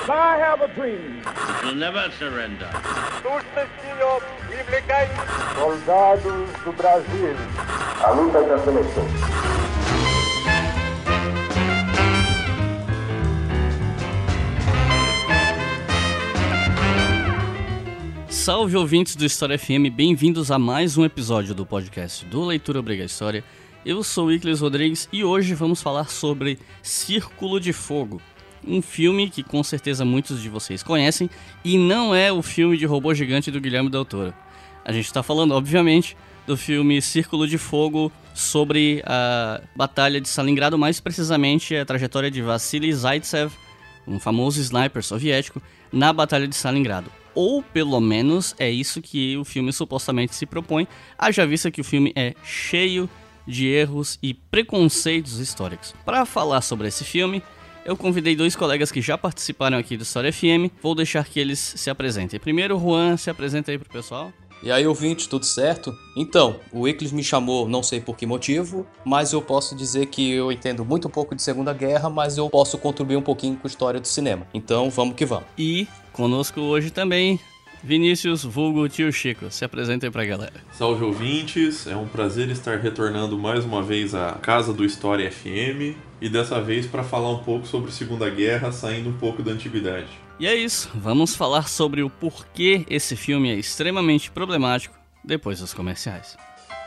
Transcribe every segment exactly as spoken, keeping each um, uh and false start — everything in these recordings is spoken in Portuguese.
I have a dream. We'll never surrender. Soldados do Brasil. A luta da seleção. Salve ouvintes do História F M, bem-vindos a mais um episódio do podcast do Leitura Obriga História. Eu sou o Iclis Rodrigues e hoje vamos falar sobre Círculo de Fogo, um filme que com certeza muitos de vocês conhecem e não é o filme de robô gigante do Guilherme Del Toro. A gente está falando, obviamente, do filme Círculo de Fogo sobre a Batalha de Stalingrado, mais precisamente a trajetória de Vassili Zaitsev, um famoso sniper soviético, na Batalha de Stalingrado. Ou, pelo menos, é isso que o filme supostamente se propõe, haja vista que o filme é cheio de erros e preconceitos históricos. Para falar sobre esse filme, eu convidei dois colegas que já participaram aqui do História F M, vou deixar que eles se apresentem. Primeiro, o Juan, se apresenta aí pro pessoal. E aí, ouvinte, tudo certo? Então, o Iclis me chamou, não sei por que motivo, mas eu posso dizer que eu entendo muito pouco de Segunda Guerra, mas eu posso contribuir um pouquinho com a história do cinema. Então, vamos que vamos. E conosco hoje também, Vinícius, vulgo Tio Chico. Se apresenta aí pra galera. Salve, ouvintes. É um prazer estar retornando mais uma vez à casa do História F M e dessa vez para falar um pouco sobre Segunda Guerra, saindo um pouco da antiguidade. E é isso, vamos falar sobre o porquê esse filme é extremamente problemático depois dos comerciais.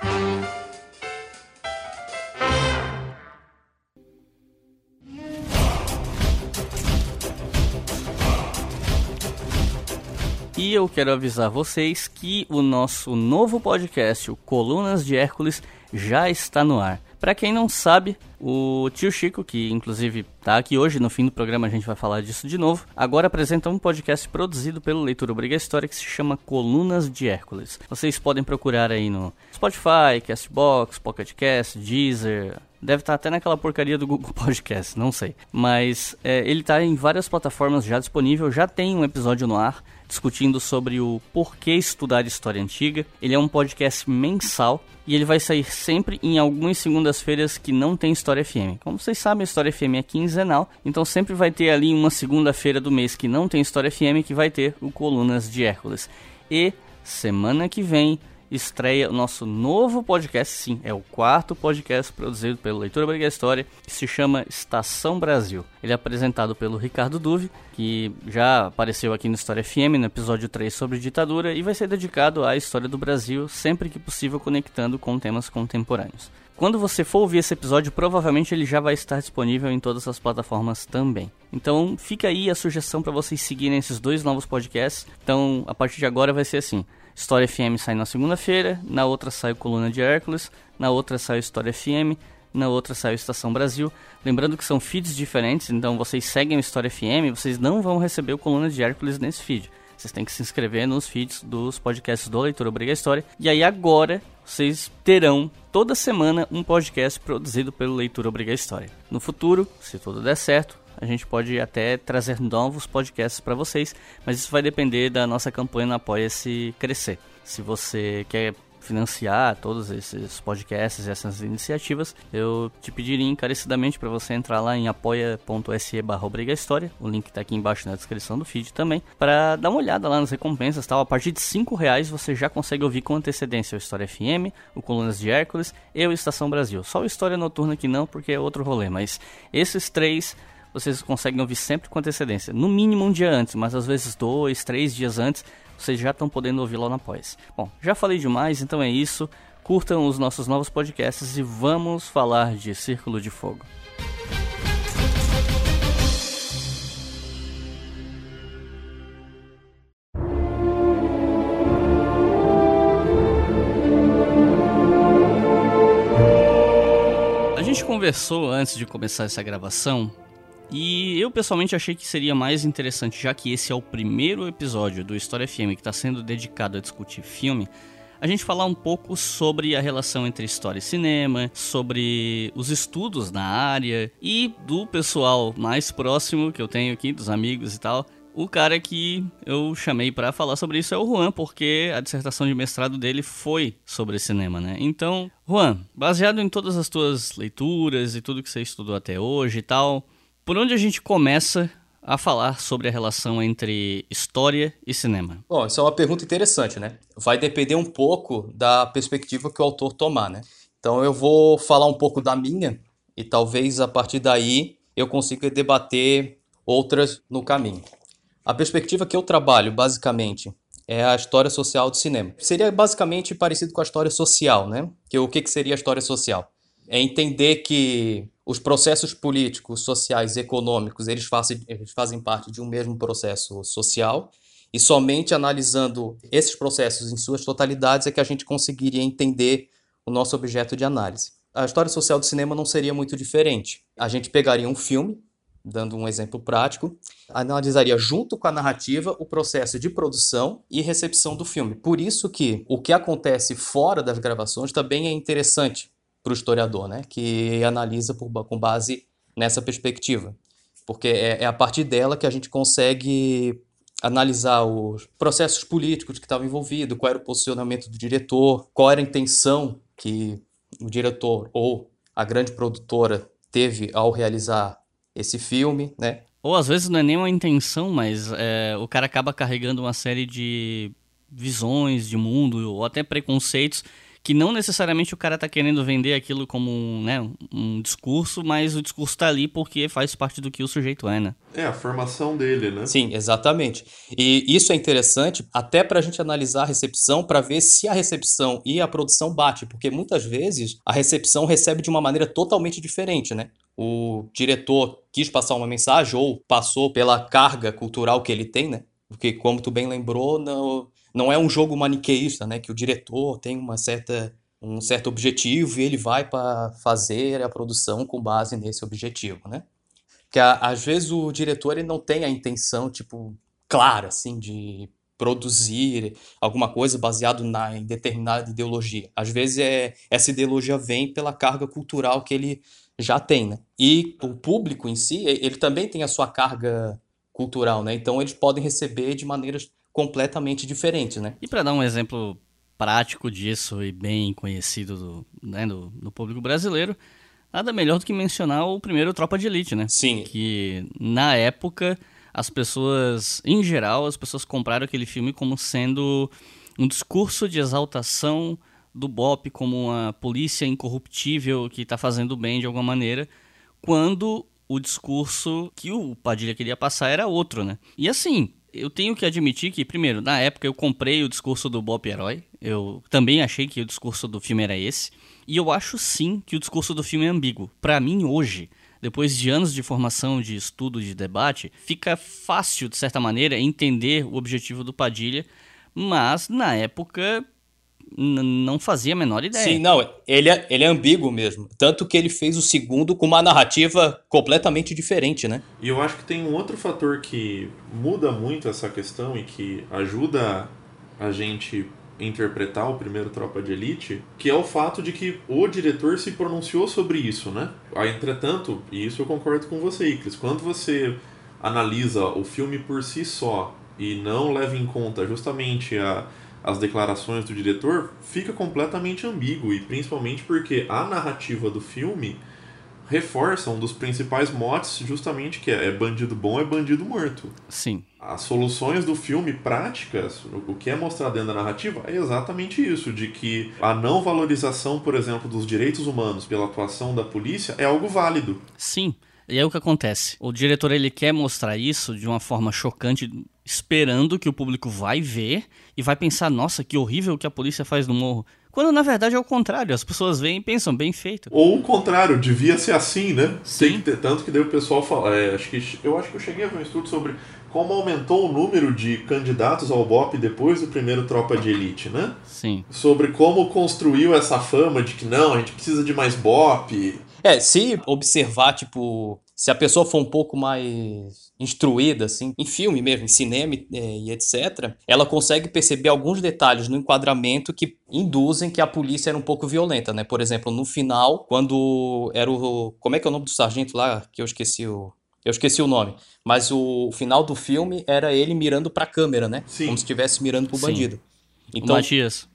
E eu quero avisar vocês que o nosso novo podcast, o Colunas de Hércules, já está no ar. Para quem não sabe, o Tio Chico, que inclusive tá aqui hoje, no fim do programa a gente vai falar disso de novo, agora apresenta um podcast produzido pelo Leitura Obriga História que se chama Colunas de Hércules. Vocês podem procurar aí no Spotify, Castbox, Pocket Cast, Deezer, deve estar até naquela porcaria do Google Podcast, não sei. Mas é, ele está em várias plataformas já disponível, já tem um episódio no ar discutindo sobre o porquê estudar história antiga. Ele é um podcast mensal e ele vai sair sempre em algumas segundas-feiras que não tem História F M. Como vocês sabem, a História F M é quinzenal, então sempre vai ter ali uma segunda-feira do mês que não tem História F M que vai ter o Colunas de Hércules. E semana que vem estreia o nosso novo podcast, sim, é o quarto podcast produzido pelo Leitura Obriga História, que se chama Estação Brasil. Ele é apresentado pelo Ricardo Duve, que já apareceu aqui no História F M, no episódio três sobre ditadura, e vai ser dedicado à história do Brasil, sempre que possível conectando com temas contemporâneos. Quando você for ouvir esse episódio, provavelmente ele já vai estar disponível em todas as plataformas também. Então fica aí a sugestão para vocês seguirem esses dois novos podcasts. Então, a partir de agora vai ser assim: História F M sai na segunda-feira, na outra sai o Coluna de Hércules, na outra sai o História F M, na outra sai o Estação Brasil. Lembrando que são feeds diferentes, então vocês seguem o História F M, vocês não vão receber o Coluna de Hércules nesse feed. Vocês têm que se inscrever nos feeds dos podcasts do Leitura Obriga História. E aí agora vocês terão toda semana um podcast produzido pelo Leitura Obriga História. No futuro, se tudo der certo, a gente pode até trazer novos podcasts para vocês, mas isso vai depender da nossa campanha no Apoia-se crescer. Se você quer financiar todos esses podcasts e essas iniciativas, eu te pediria encarecidamente para você entrar lá em apoia.se barra Obriga História, o link está aqui embaixo na descrição do feed também, para dar uma olhada lá nas recompensas, tal. A partir de cinco reais você já consegue ouvir com antecedência o História F M, o Colunas de Hércules e o Estação Brasil. Só o História Noturna que não, porque é outro rolê, mas esses três vocês conseguem ouvir sempre com antecedência, no mínimo um dia antes, mas às vezes dois, três dias antes, vocês já estão podendo ouvir lá no Apoia-se. Bom, já falei demais, então é isso. Curtam os nossos novos podcasts e vamos falar de Círculo de Fogo. A gente conversou antes de começar essa gravação e eu pessoalmente achei que seria mais interessante, já que esse é o primeiro episódio do História F M que está sendo dedicado a discutir filme, a gente falar um pouco sobre a relação entre história e cinema, sobre os estudos na área e do pessoal mais próximo que eu tenho aqui, dos amigos e tal. O cara que eu chamei para falar sobre isso é o Juan, porque a dissertação de mestrado dele foi sobre cinema, né? Então, Juan, baseado em todas as tuas leituras e tudo que você estudou até hoje e tal, por onde a gente começa a falar sobre a relação entre história e cinema? Bom, isso é uma pergunta interessante, né? Vai depender um pouco da perspectiva que o autor tomar, né? Então eu vou falar um pouco da minha e talvez a partir daí eu consiga debater outras no caminho. A perspectiva que eu trabalho, basicamente, é a história social do cinema. Seria basicamente parecido com a história social, né? Que o que que seria a história social? É entender que os processos políticos, sociais e econômicos, eles fazem, eles fazem parte de um mesmo processo social, e somente analisando esses processos em suas totalidades é que a gente conseguiria entender o nosso objeto de análise. A história social do cinema não seria muito diferente. A gente pegaria um filme, dando um exemplo prático, analisaria junto com a narrativa o processo de produção e recepção do filme. Por isso que o que acontece fora das gravações também é interessante para o historiador, né? Que analisa por, com base nessa perspectiva. Porque é, é a partir dela que a gente consegue analisar os processos políticos que estavam envolvidos, qual era o posicionamento do diretor, qual era a intenção que o diretor ou a grande produtora teve ao realizar esse filme, né? Ou às vezes não é nem uma intenção, mas é, o cara acaba carregando uma série de visões de mundo ou até preconceitos que não necessariamente o cara tá querendo vender aquilo como um, né, um discurso, mas o discurso tá ali porque faz parte do que o sujeito é, né? É, a formação dele, né? Sim, exatamente. E isso é interessante até para a gente analisar a recepção, para ver se a recepção e a produção bate, porque muitas vezes a recepção recebe de uma maneira totalmente diferente, né? O diretor quis passar uma mensagem ou passou pela carga cultural que ele tem, né? Porque, como tu bem lembrou, não, não é um jogo maniqueísta, né? Que o diretor tem uma certa, um certo objetivo e ele vai para fazer a produção com base nesse objetivo, né? Porque às vezes o diretor ele não tem a intenção, tipo, clara, assim, de produzir alguma coisa baseado na, em determinada ideologia. Às vezes é, essa ideologia vem pela carga cultural que ele já tem, né? E o público em si, ele também tem a sua carga cultural, né? Então eles podem receber de maneiras completamente diferentes, né? E para dar um exemplo prático disso e bem conhecido do, né, do, do público brasileiro, nada melhor do que mencionar o primeiro Tropa de Elite, né? Sim. Que na época as pessoas, em geral, as pessoas compraram aquele filme como sendo um discurso de exaltação do B O P como uma polícia incorruptível que está fazendo bem de alguma maneira, quando o discurso que o Padilha queria passar era outro, né? E assim, eu tenho que admitir que, primeiro, na época eu comprei o discurso do B O P herói, eu também achei que o discurso do filme era esse, e eu acho sim que o discurso do filme é ambíguo. Pra mim, hoje, depois de anos de formação, de estudo, de debate, fica fácil, de certa maneira, entender o objetivo do Padilha, mas na época não fazia a menor ideia. Sim, não, ele é, ele é ambíguo mesmo. Tanto que ele fez o segundo com uma narrativa completamente diferente, né? E eu acho que tem um outro fator que muda muito essa questão e que ajuda a gente interpretar o primeiro Tropa de Elite, que é o fato de que o diretor se pronunciou sobre isso, né? Entretanto, e isso eu concordo com você, Iclis, quando você analisa o filme por si só e não leva em conta justamente a as declarações do diretor, fica completamente ambíguo, e principalmente porque a narrativa do filme reforça um dos principais motes, justamente que é, é bandido bom é bandido morto. Sim. As soluções do filme práticas, o que é mostrado dentro da narrativa, é exatamente isso, de que a não valorização, por exemplo, dos direitos humanos pela atuação da polícia é algo válido. Sim. E aí o que acontece? O diretor ele quer mostrar isso de uma forma chocante, esperando que o público vai ver e vai pensar, nossa, que horrível o que a polícia faz no morro. Quando na verdade é o contrário, as pessoas veem e pensam, bem feito. Ou o contrário, devia ser assim, né? Sim. Tem que ter, tanto que daí o pessoal fala, é, acho que, eu acho que eu cheguei a ver um estudo sobre como aumentou o número de candidatos ao B O P depois do primeiro Tropa de Elite, né? Sim. Sobre como construiu essa fama de que não, a gente precisa de mais B O P. É, se observar, tipo, se a pessoa for um pouco mais instruída, assim, em filme mesmo, em cinema e, e etcétera, ela consegue perceber alguns detalhes no enquadramento que induzem que a polícia era um pouco violenta, né? Por exemplo, no final, quando era o... Como é que é o nome do sargento lá? Que eu esqueci o... Eu esqueci o nome. Mas o final do filme era ele mirando pra câmera, né? Sim. Como se estivesse mirando pro Sim. bandido. Então, o Matias.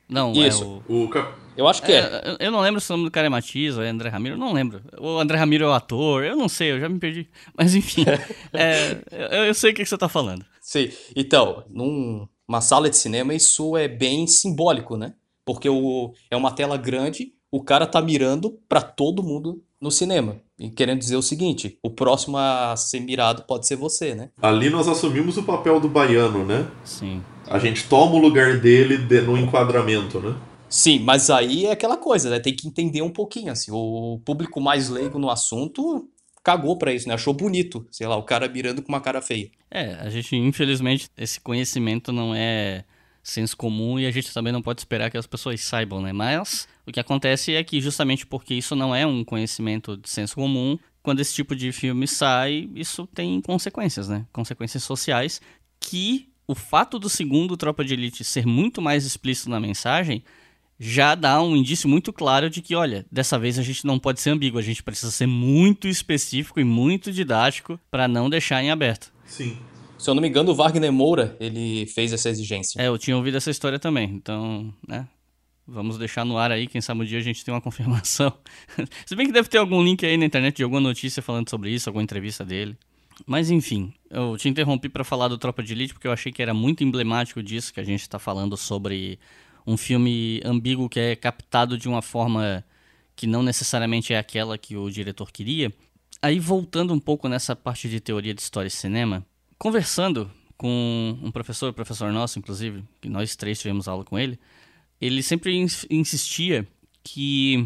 Não, Isso. é o... O cap... Eu acho que é. é. Eu não lembro se o nome do cara é Matias ou é André Ramiro, eu não lembro. O André Ramiro é o ator, eu não sei, eu já me perdi. Mas enfim, é, eu, eu sei o que, que você tá falando. Sim. Então, numa sala de cinema, isso é bem simbólico, né? Porque o, é uma tela grande, o cara tá mirando pra todo mundo no cinema. E querendo dizer o seguinte, o próximo a ser mirado pode ser você, né? Ali nós assumimos o papel do baiano, né? Sim. A gente toma o lugar dele de- no enquadramento, né? Sim, mas aí é aquela coisa, né? Tem que entender um pouquinho, assim. O público mais leigo no assunto cagou pra isso, né? Achou bonito, sei lá, o cara mirando com uma cara feia. É, a gente, infelizmente, esse conhecimento não é senso comum e a gente também não pode esperar que as pessoas saibam, né? Mas o que acontece é que justamente porque isso não é um conhecimento de senso comum, quando esse tipo de filme sai, isso tem consequências, né? Consequências sociais que o fato do segundo Tropa de Elite ser muito mais explícito na mensagem já dá um indício muito claro de que, olha, dessa vez a gente não pode ser ambíguo, a gente precisa ser muito específico e muito didático para não deixar em aberto. Sim. Se eu não me engano, o Wagner Moura, ele fez essa exigência. É, eu tinha ouvido essa história também, então, né, vamos deixar no ar aí, quem sabe um dia a gente tem uma confirmação. Se bem que deve ter algum link aí na internet de alguma notícia falando sobre isso, alguma entrevista dele. Mas enfim, eu te interrompi para falar do Tropa de Elite porque eu achei que era muito emblemático disso, que a gente está falando sobre um filme ambíguo que é captado de uma forma que não necessariamente é aquela que o diretor queria. Aí voltando um pouco nessa parte de teoria de história e cinema, conversando com um professor, professor nosso inclusive, que nós três tivemos aula com ele, ele sempre ins- insistia que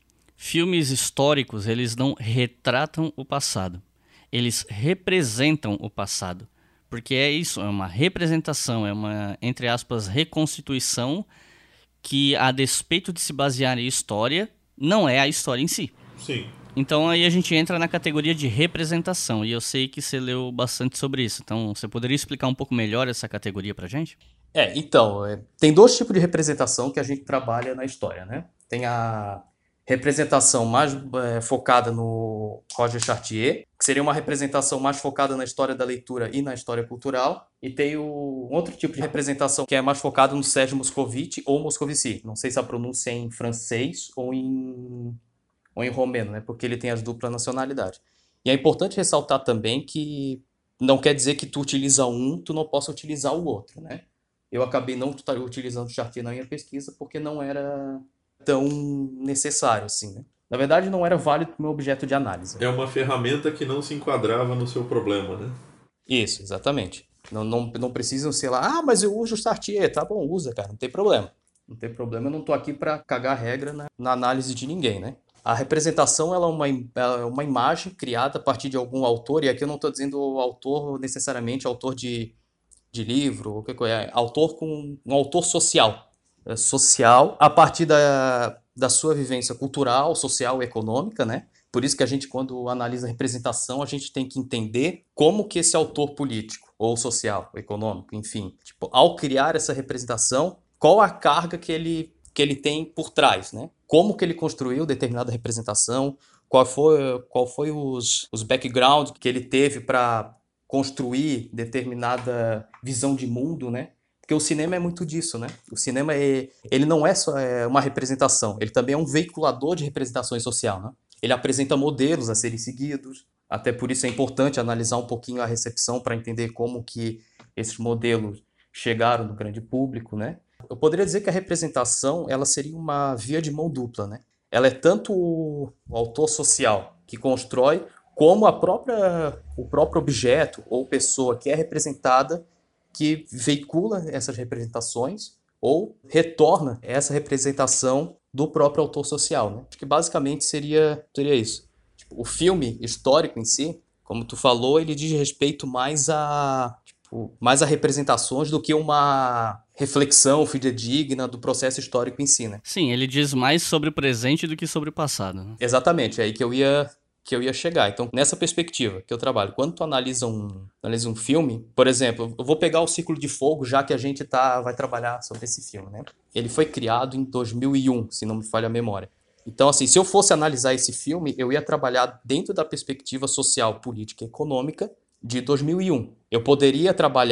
filmes históricos, eles não retratam o passado, eles representam o passado. Porque é isso, é uma representação, é uma, entre aspas, reconstituição que, a despeito de se basear em história, não é a história em si. Sim. Então aí a gente entra na categoria de representação, e eu sei que você leu bastante sobre isso. Então você poderia explicar um pouco melhor essa categoria pra gente? É, então, é, tem dois tipos de representação que a gente trabalha na história, né? Tem a representação mais é, focada no Roger Chartier, que seria uma representação mais focada na história da leitura e na história cultural, e tem o um outro tipo de representação que é mais focado no Sérgio Moscovici ou Moscovici. Não sei se a pronúncia é em francês ou em, ou em romeno, né? Porque ele tem as duplas nacionalidades. E é importante ressaltar também que não quer dizer que tu utiliza um, tu não possa utilizar o outro, né? Eu acabei não utilizando o Chartier na minha pesquisa porque não era tão necessário assim, né? Na verdade, não era válido para o meu objeto de análise. É uma ferramenta que não se enquadrava no seu problema, né? Isso, exatamente. Não, não, não precisam ser lá, ah, mas eu uso o Chartier. Tá bom, usa, cara, não tem problema. Não tem problema, eu não tô aqui para cagar regra na, na análise de ninguém, né? A representação ela é, uma, ela é uma imagem criada a partir de algum autor, e aqui eu não estou dizendo o autor necessariamente autor de, de livro, o que é, autor com um autor social. É, social a partir da, da sua vivência cultural, social e econômica, né? Por isso que a gente, quando analisa a representação, a gente tem que entender como que esse autor político, ou social, ou econômico, enfim, tipo, ao criar essa representação, qual a carga que ele, que ele tem por trás, né? Como que ele construiu determinada representação, qual foi, qual foi os, os backgrounds que ele teve para construir determinada visão de mundo, né? Porque o cinema é muito disso, né? O cinema é, ele não é só é uma representação, ele também é um veiculador de representações social, né? Ele apresenta modelos a serem seguidos, até por isso é importante analisar um pouquinho a recepção para entender como que esses modelos chegaram no grande público, né? Eu poderia dizer que a representação ela seria uma via de mão dupla, né? Ela é tanto o, o autor social que constrói, como a própria, o próprio objeto ou pessoa que é representada que veicula essas representações ou retorna essa representação do próprio autor social, né? Acho que basicamente seria, seria isso. Tipo, o filme histórico em si, como tu falou, ele diz respeito mais a, tipo, mais a representações do que uma reflexão fidedigna do processo histórico em si, né? Sim, ele diz mais sobre o presente do que sobre o passado, né? Exatamente, é aí que eu ia que eu ia chegar. Então, nessa perspectiva que eu trabalho, quando tu analisa um, analisa um filme, por exemplo, eu vou pegar o Círculo de Fogo, já que a gente tá, vai trabalhar sobre esse filme, né? Ele foi criado em dois mil e um, se não me falha a memória. Então, assim, se eu fosse analisar esse filme, eu ia trabalhar dentro da perspectiva social, política e econômica de dois mil e um. Eu poderia trabalhar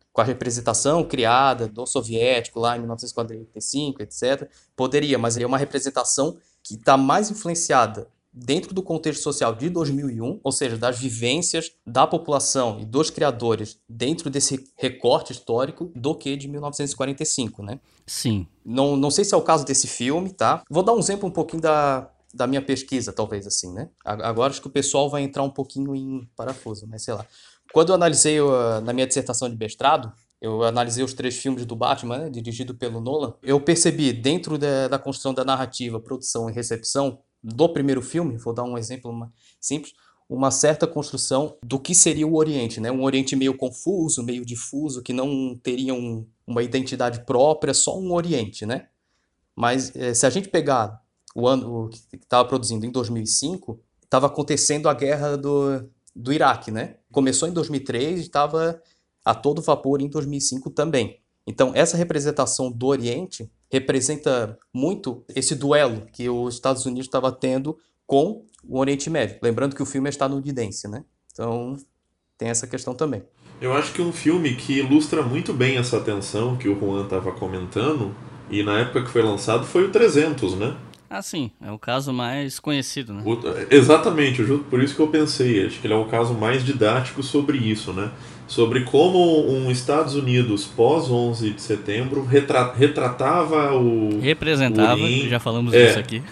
com a representação criada do soviético lá em mil novecentos e quarenta e cinco, etcétera, poderia, mas é uma representação que está mais influenciada dentro do contexto social de dois mil e um, ou seja, das vivências da população e dos criadores dentro desse recorte histórico do que de mil novecentos e quarenta e cinco, né? Sim. Não, não sei se é o caso desse filme, tá? Vou dar um exemplo um pouquinho da, da minha pesquisa, talvez assim, né? Agora acho que o pessoal vai entrar um pouquinho em parafuso, mas sei lá. Quando eu analisei uh, na minha dissertação de mestrado, eu analisei os três filmes do Batman, né, dirigido pelo Nolan. Eu percebi, dentro da, da construção da narrativa, produção e recepção do primeiro filme, vou dar um exemplo uma, simples, uma certa construção do que seria o Oriente, né? Um Oriente meio confuso, meio difuso, que não teria um, uma identidade própria, só um Oriente, né? Mas eh, se a gente pegar o ano o que estava produzindo em dois mil e cinco, estava acontecendo a guerra do... do Iraque, né? Começou em dois mil e três e estava a todo vapor em dois mil e cinco também. Então, essa representação do Oriente representa muito esse duelo que os Estados Unidos estava tendo com o Oriente Médio. Lembrando que o filme é estadunidense, né? Então, tem essa questão também. Eu acho que um filme que ilustra muito bem essa tensão que o Juan estava comentando, e na época que foi lançado, foi o trezentos, né? Ah, sim. É o caso mais conhecido, né? O, exatamente, por isso que eu pensei. Acho que ele é o caso mais didático sobre isso, né? Sobre como um Estados Unidos pós onze de setembro retra, retratava o... Representava, o Oriente, já falamos é, disso aqui.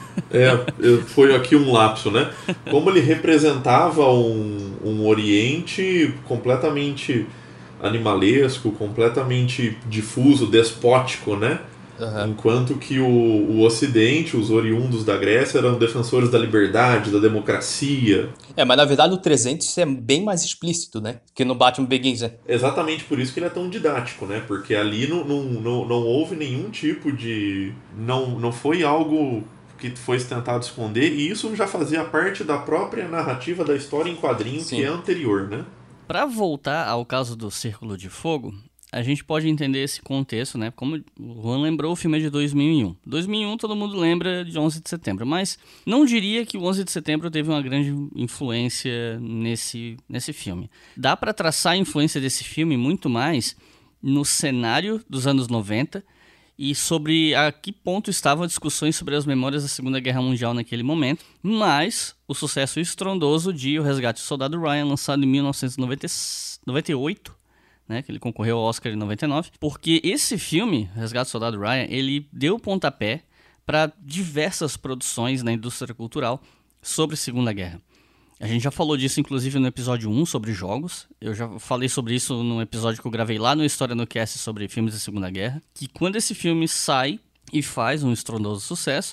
É, foi aqui um lapso, né? Como ele representava um, um Oriente completamente animalesco, completamente difuso, despótico, né? Uhum. Enquanto que o, o Ocidente, os oriundos da Grécia, eram defensores da liberdade, da democracia. É, mas na verdade no trezentos é bem mais explícito, né? Que no Batman Begins, né? Exatamente por isso que ele é tão didático, né? Porque ali não, não, não, não houve nenhum tipo de... Não, não foi algo que foi tentado esconder, e isso já fazia parte da própria narrativa da história em quadrinho. Sim. Que é anterior, né? Para voltar ao caso do Círculo de Fogo, a gente pode entender esse contexto, né? Como o Juan lembrou, o filme é de dois mil e um. dois mil e um todo mundo lembra de onze de setembro, mas não diria que o onze de setembro teve uma grande influência nesse, nesse filme. Dá para traçar a influência desse filme muito mais no cenário dos anos noventa e sobre a que ponto estavam as discussões sobre as memórias da Segunda Guerra Mundial naquele momento, mas o sucesso estrondoso de O Resgate do Soldado Ryan, lançado em mil novecentos e noventa e oito, né, que ele concorreu ao Oscar em noventa e nove, porque esse filme, Resgate do Soldado Ryan, ele deu pontapé para diversas produções na indústria cultural sobre a Segunda Guerra. A gente já falou disso, inclusive, no episódio um, sobre jogos. Eu já falei sobre isso no episódio que eu gravei lá no História no Cast sobre filmes da Segunda Guerra, que quando esse filme sai e faz um estrondoso sucesso,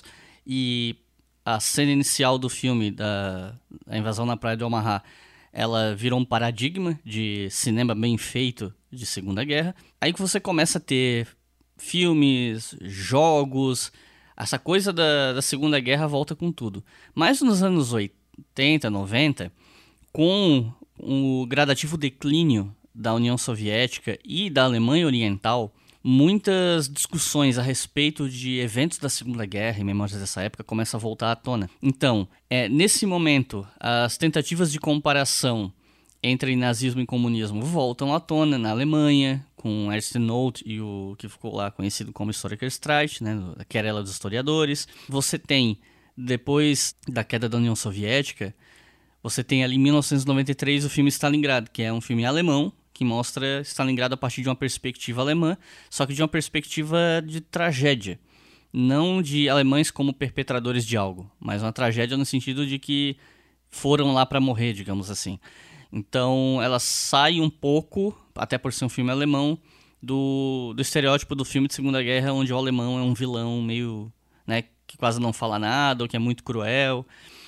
e a cena inicial do filme, da a invasão na praia de Omaha, ela virou um paradigma de cinema bem feito de Segunda Guerra. Aí que você começa a ter filmes, jogos, essa coisa da, da Segunda Guerra volta com tudo. Mas nos anos oitenta, noventa, com o gradativo declínio da União Soviética e da Alemanha Oriental, muitas discussões a respeito de eventos da Segunda Guerra e memórias dessa época começam a voltar à tona. Então, é, nesse momento, as tentativas de comparação entre nazismo e comunismo voltam à tona na Alemanha, com Ernst Nolte e o que ficou lá conhecido como Historiker Streit, né, a querela dos historiadores. Você tem, depois da queda da União Soviética, você tem ali em mil novecentos e noventa e três o filme Stalingrado, que é um filme alemão, que mostra Stalingrado a partir de uma perspectiva alemã, só que de uma perspectiva de tragédia. Não de alemães como perpetradores de algo, mas uma tragédia no sentido de que foram lá para morrer, digamos assim. Então ela sai um pouco, até por ser um filme alemão, do, do estereótipo do filme de Segunda Guerra, onde o alemão é um vilão meio, né, que quase não fala nada, ou que é muito cruel.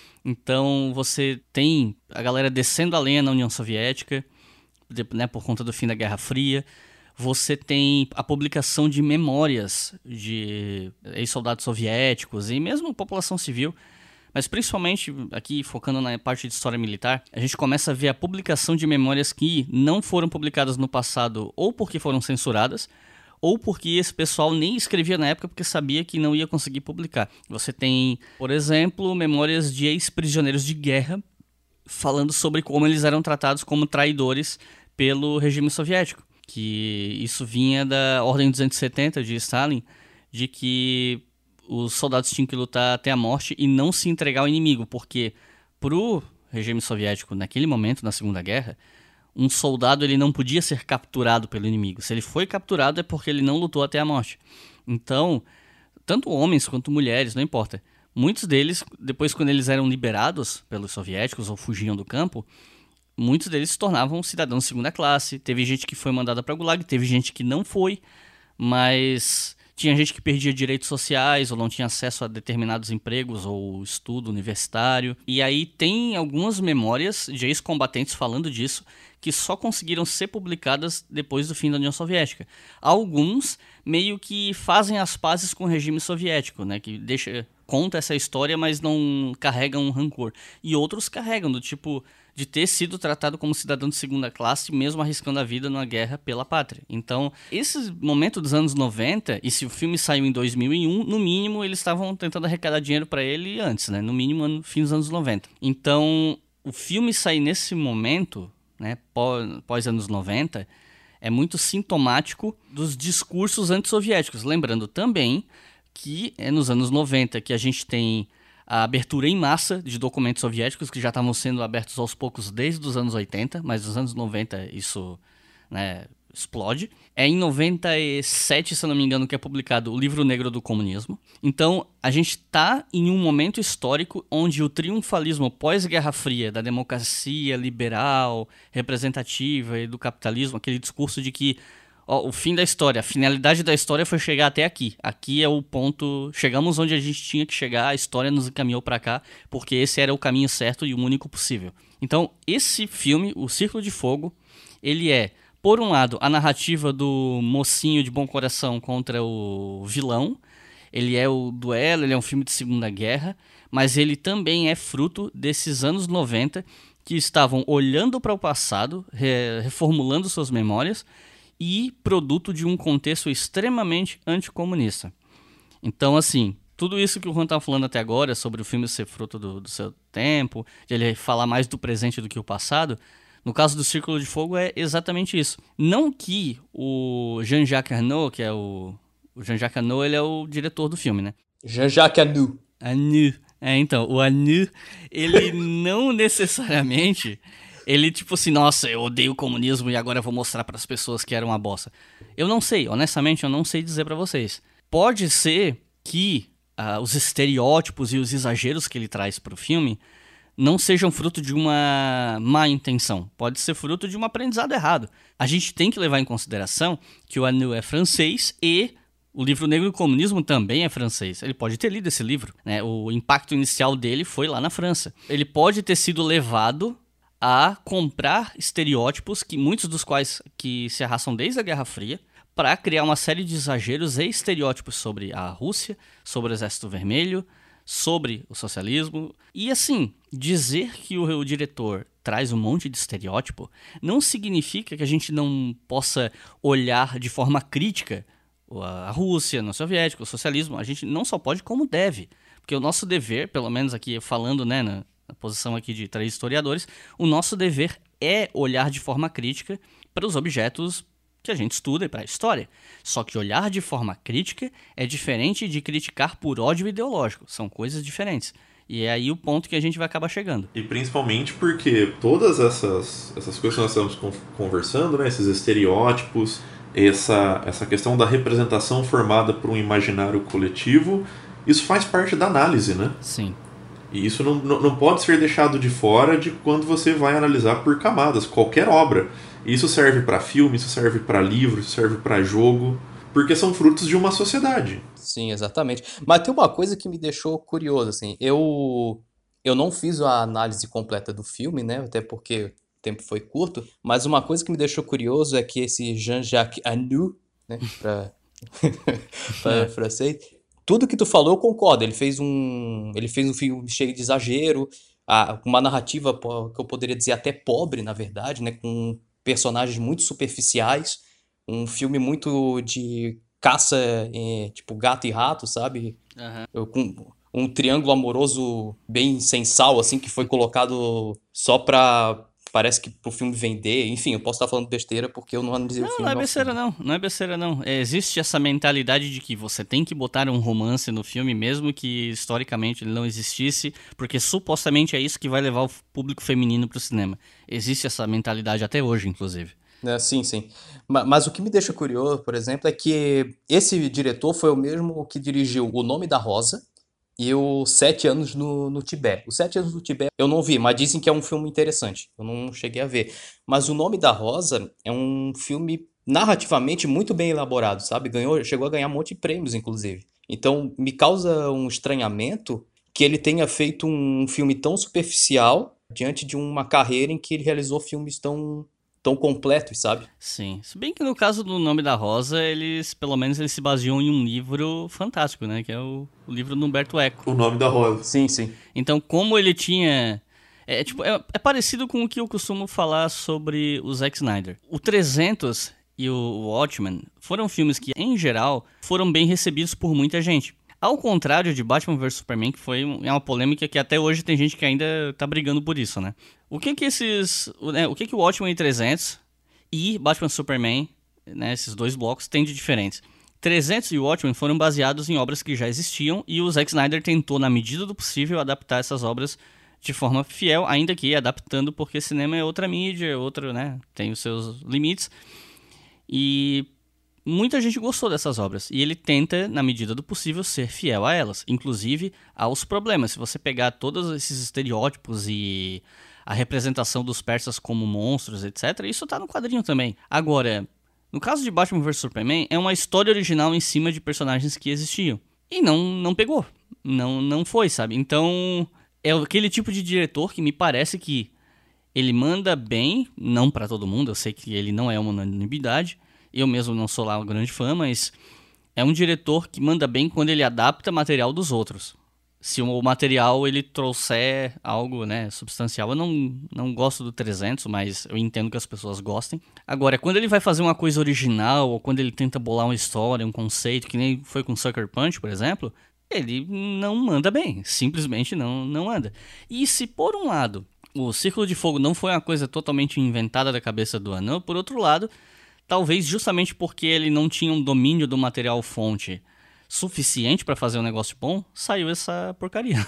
Então você tem a galera descendo a lenha na União Soviética, De, né, por conta do fim da Guerra Fria. Você tem a publicação de memórias de ex-soldados soviéticos e mesmo população civil, mas principalmente aqui focando na parte de história militar, a gente começa a ver a publicação de memórias que não foram publicadas no passado ou porque foram censuradas, ou porque esse pessoal nem escrevia na época porque sabia que não ia conseguir publicar. Você tem, por exemplo, memórias de ex-prisioneiros de guerra falando sobre como eles eram tratados como traidores pelo regime soviético. que isso vinha da Ordem duzentos e setenta de Stalin, de que os soldados tinham que lutar até a morte e não se entregar ao inimigo, porque pro regime soviético, naquele momento, na Segunda Guerra, um soldado ele não podia ser capturado pelo inimigo. Se ele foi capturado é porque ele não lutou até a morte. Então, tanto homens quanto mulheres, não importa, muitos deles, depois quando eles eram liberados pelos soviéticos ou fugiam do campo, muitos deles se tornavam cidadãos de segunda classe. Teve gente que foi mandada para Gulag, teve gente que não foi, mas tinha gente que perdia direitos sociais ou não tinha acesso a determinados empregos ou estudo universitário. E aí tem algumas memórias de ex-combatentes falando disso que só conseguiram ser publicadas depois do fim da União Soviética. Alguns meio que fazem as pazes com o regime soviético, né, que deixa, conta essa história, mas não carregam um rancor. E outros carregam, do tipo de ter sido tratado como cidadão de segunda classe, mesmo arriscando a vida numa guerra pela pátria. Então, esse momento dos anos noventa, e se o filme saiu em dois mil e um, no mínimo eles estavam tentando arrecadar dinheiro para ele antes, né? No mínimo no fim dos anos noventa. Então, o filme sair nesse momento, né, pós, pós anos noventa, é muito sintomático dos discursos antissoviéticos. Lembrando também que é nos anos noventa que a gente tem a abertura em massa de documentos soviéticos que já estavam sendo abertos aos poucos desde os anos oitenta, mas nos anos noventa isso, né, explode. É em noventa e sete, se eu não me engano, que é publicado o Livro Negro do Comunismo. Então, a gente está em um momento histórico onde o triunfalismo pós-Guerra Fria, da democracia liberal, representativa e do capitalismo, aquele discurso de que ó, o fim da história, a finalidade da história foi chegar até aqui. Aqui é o ponto, chegamos onde a gente tinha que chegar, a história nos encaminhou para cá, porque esse era o caminho certo e o único possível. Então, esse filme, O Círculo de Fogo, ele é, por um lado, a narrativa do mocinho de bom coração contra o vilão. Ele é o duelo, ele é um filme de Segunda Guerra, mas ele também é fruto desses anos noventa que estavam olhando para o passado, re- reformulando suas memórias, e produto de um contexto extremamente anticomunista. Então, assim, tudo isso que o Juan estava falando até agora, sobre o filme ser fruto do, do seu tempo, de ele falar mais do presente do que o passado, no caso do Círculo de Fogo é exatamente isso. Não que o Jean-Jacques Annaud, que é o... O Jean-Jacques Annaud, ele é o diretor do filme, né? Jean-Jacques Annaud. Annaud. É, então, o Annaud, ele não necessariamente... Ele, tipo assim, nossa, eu odeio o comunismo e agora eu vou mostrar para as pessoas que era uma bosta. Eu não sei, honestamente, eu não sei dizer para vocês. Pode ser que uh, os estereótipos e os exageros que ele traz pro filme não sejam fruto de uma má intenção. Pode ser fruto de um aprendizado errado. A gente tem que levar em consideração que o Annaud é francês e o Livro Negro do Comunismo também é francês. Ele pode ter lido esse livro, né? O impacto inicial dele foi lá na França. Ele pode ter sido levado a comprar estereótipos, que muitos dos quais que se arrastam desde a Guerra Fria, para criar uma série de exageros e estereótipos sobre a Rússia, sobre o Exército Vermelho, sobre o socialismo. E assim, dizer que o, o diretor traz um monte de estereótipo não significa que a gente não possa olhar de forma crítica a Rússia, a União Soviética, o socialismo. A gente não só pode, como deve. Porque o nosso dever, pelo menos aqui falando, né, na, na posição aqui de três historiadores, o nosso dever é olhar de forma crítica para os objetos que a gente estuda e para a história. Só que olhar de forma crítica é diferente de criticar por ódio ideológico. São coisas diferentes. E é aí o ponto que a gente vai acabar chegando. E principalmente porque todas essas, essas coisas que nós estamos conversando, né, esses estereótipos, essa, essa questão da representação formada por um imaginário coletivo, isso faz parte da análise, né? Sim. E isso não, não, não pode ser deixado de fora de quando você vai analisar por camadas, qualquer obra. Isso serve para filme, isso serve para livro, isso serve para jogo, porque são frutos de uma sociedade. Sim, exatamente. Mas tem uma coisa que me deixou curioso, assim, eu, eu não fiz a análise completa do filme, né, até porque o tempo foi curto, mas uma coisa que me deixou curioso é que esse Jean-Jacques Annaud, né, para é. francês, tudo que tu falou eu concordo, ele fez um, ele fez um filme cheio de exagero, uma narrativa que eu poderia dizer até pobre, na verdade, né, com personagens muito superficiais, um filme muito de caça, é, tipo gato e rato, sabe? Uhum. Com um triângulo amoroso bem sem sal, assim, que foi colocado só pra parece que pro filme vender, enfim, eu posso estar falando besteira porque eu não analisei o Não, filme. não é ao besteira fundo. não, não é besteira não. É, existe essa mentalidade de que você tem que botar um romance no filme, mesmo que historicamente ele não existisse, porque supostamente é isso que vai levar o público feminino pro cinema. Existe essa mentalidade até hoje, inclusive. É, sim, sim. Ma- Mas, o que me deixa curioso, por exemplo, é que esse diretor foi o mesmo que dirigiu O Nome da Rosa e o Sete Anos no, no Tibete. O Sete Anos no Tibete eu não vi, mas dizem que é um filme interessante. Eu não cheguei a ver. Mas O Nome da Rosa é um filme narrativamente muito bem elaborado, sabe? Ganhou, chegou a ganhar um monte de prêmios, inclusive. Então, me causa um estranhamento que ele tenha feito um filme tão superficial diante de uma carreira em que ele realizou filmes tão, tão completos, sabe? Sim. Se bem que no caso do Nome da Rosa, eles, pelo menos, eles se baseiam em um livro fantástico, né? Que é o, o livro do Humberto Eco. O Nome da Rosa. Sim, sim. Então, como ele tinha... É, tipo, é, é parecido com o que eu costumo falar sobre o Zack Snyder. O trezentos e o Watchmen foram filmes que, em geral, foram bem recebidos por muita gente. Ao contrário de Batman versus Superman, que foi um- é uma polêmica que até hoje tem gente que ainda tá brigando por isso, né? O que que esses... o- né, o que que o Watchmen e trezentos e Batman Superman, né, esses dois blocos, têm de diferentes? trezentos e o Watchmen foram baseados em obras que já existiam e o Zack Snyder tentou, na medida do possível, adaptar essas obras de forma fiel, ainda que adaptando, porque cinema é outra mídia, é outra, né, tem os seus limites. E muita gente gostou dessas obras. E ele tenta, na medida do possível, ser fiel a elas. Inclusive aos problemas. Se você pegar todos esses estereótipos e a representação dos persas como monstros, etcétera, isso tá no quadrinho também. Agora, no caso de Batman versus Superman, é uma história original em cima de personagens que existiam. E não, não pegou. Não, não foi, sabe? Então, é aquele tipo de diretor que me parece que ele manda bem, não pra todo mundo, eu sei que ele não é uma unanimidade, eu mesmo não sou lá um grande fã, mas é um diretor que manda bem quando ele adapta material dos outros. Se o material ele trouxer algo, né, substancial, eu não, não gosto do trezentos, mas eu entendo que as pessoas gostem. Agora, quando ele vai fazer uma coisa original, ou quando ele tenta bolar uma história, um conceito, que nem foi com Sucker Punch, por exemplo, ele não manda bem, simplesmente não, não anda. E se por um lado o Círculo de Fogo não foi uma coisa totalmente inventada da cabeça do Anão, por outro lado, talvez justamente porque ele não tinha um domínio do material fonte suficiente para fazer um negócio bom, saiu essa porcaria.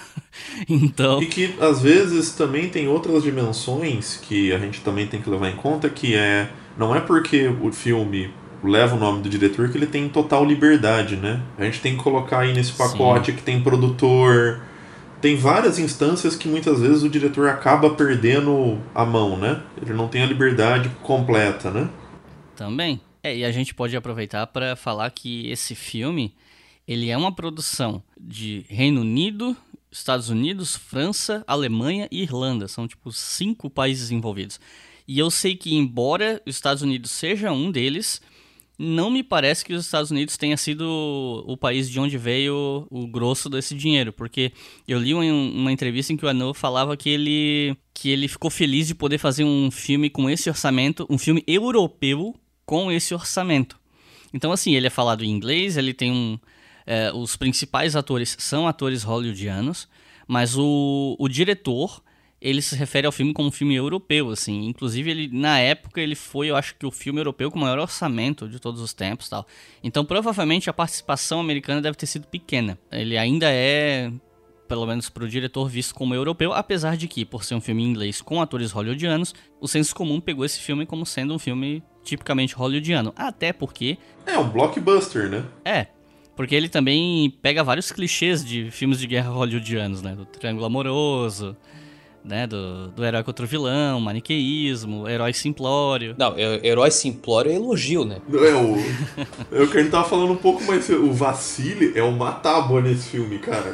Então, E que às vezes também tem outras dimensões que a gente também tem que levar em conta, que é não é porque o filme leva o nome do diretor que ele tem total liberdade, né? A gente tem que colocar aí nesse pacote que tem produtor, tem várias instâncias que muitas vezes o diretor acaba perdendo a mão, né? Ele não tem a liberdade completa, né? também. É, e a gente pode aproveitar para falar que esse filme, ele é uma produção de Reino Unido, Estados Unidos, França, Alemanha e Irlanda. São, tipo, cinco países envolvidos. E eu sei que, embora os Estados Unidos seja um deles, não me parece que os Estados Unidos tenha sido o país de onde veio o grosso desse dinheiro. Porque eu li uma, uma entrevista em que o Arnaud falava que ele, que ele ficou feliz de poder fazer um filme com esse orçamento, um filme europeu com esse orçamento. Então, assim, ele é falado em inglês, ele tem um... É, os principais atores são atores hollywoodianos, mas o, o diretor, ele se refere ao filme como um filme europeu, assim. Inclusive, ele, na época, ele foi, eu acho que o filme europeu com o maior orçamento de todos os tempos, tal. Então, provavelmente, a participação americana deve ter sido pequena. Ele ainda é, pelo menos para o diretor, visto como europeu, apesar de que, por ser um filme em inglês com atores hollywoodianos, o senso comum pegou esse filme como sendo um filme tipicamente hollywoodiano. Até porque... É um blockbuster, né? É, porque ele também pega vários clichês de filmes de guerra hollywoodianos, né? Do triângulo amoroso, né? Do, do herói contra o vilão, maniqueísmo, herói simplório. Não, é- herói simplório é elogio, né? É o, é o que a gente tava falando um pouco mais. O Vassili é uma tábua nesse filme, cara.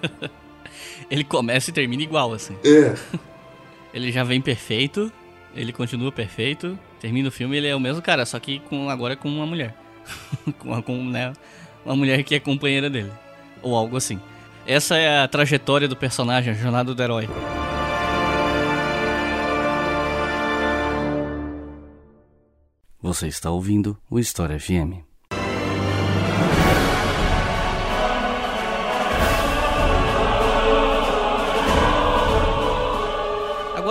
Ele começa e termina igual, assim. É. Ele já vem perfeito, ele continua perfeito, termina o filme, ele é o mesmo cara, só que com, agora com uma mulher. com, com né, uma mulher que é companheira dele. Ou algo assim. Essa é a trajetória do personagem, a jornada do herói. Você está ouvindo o História F M. Agora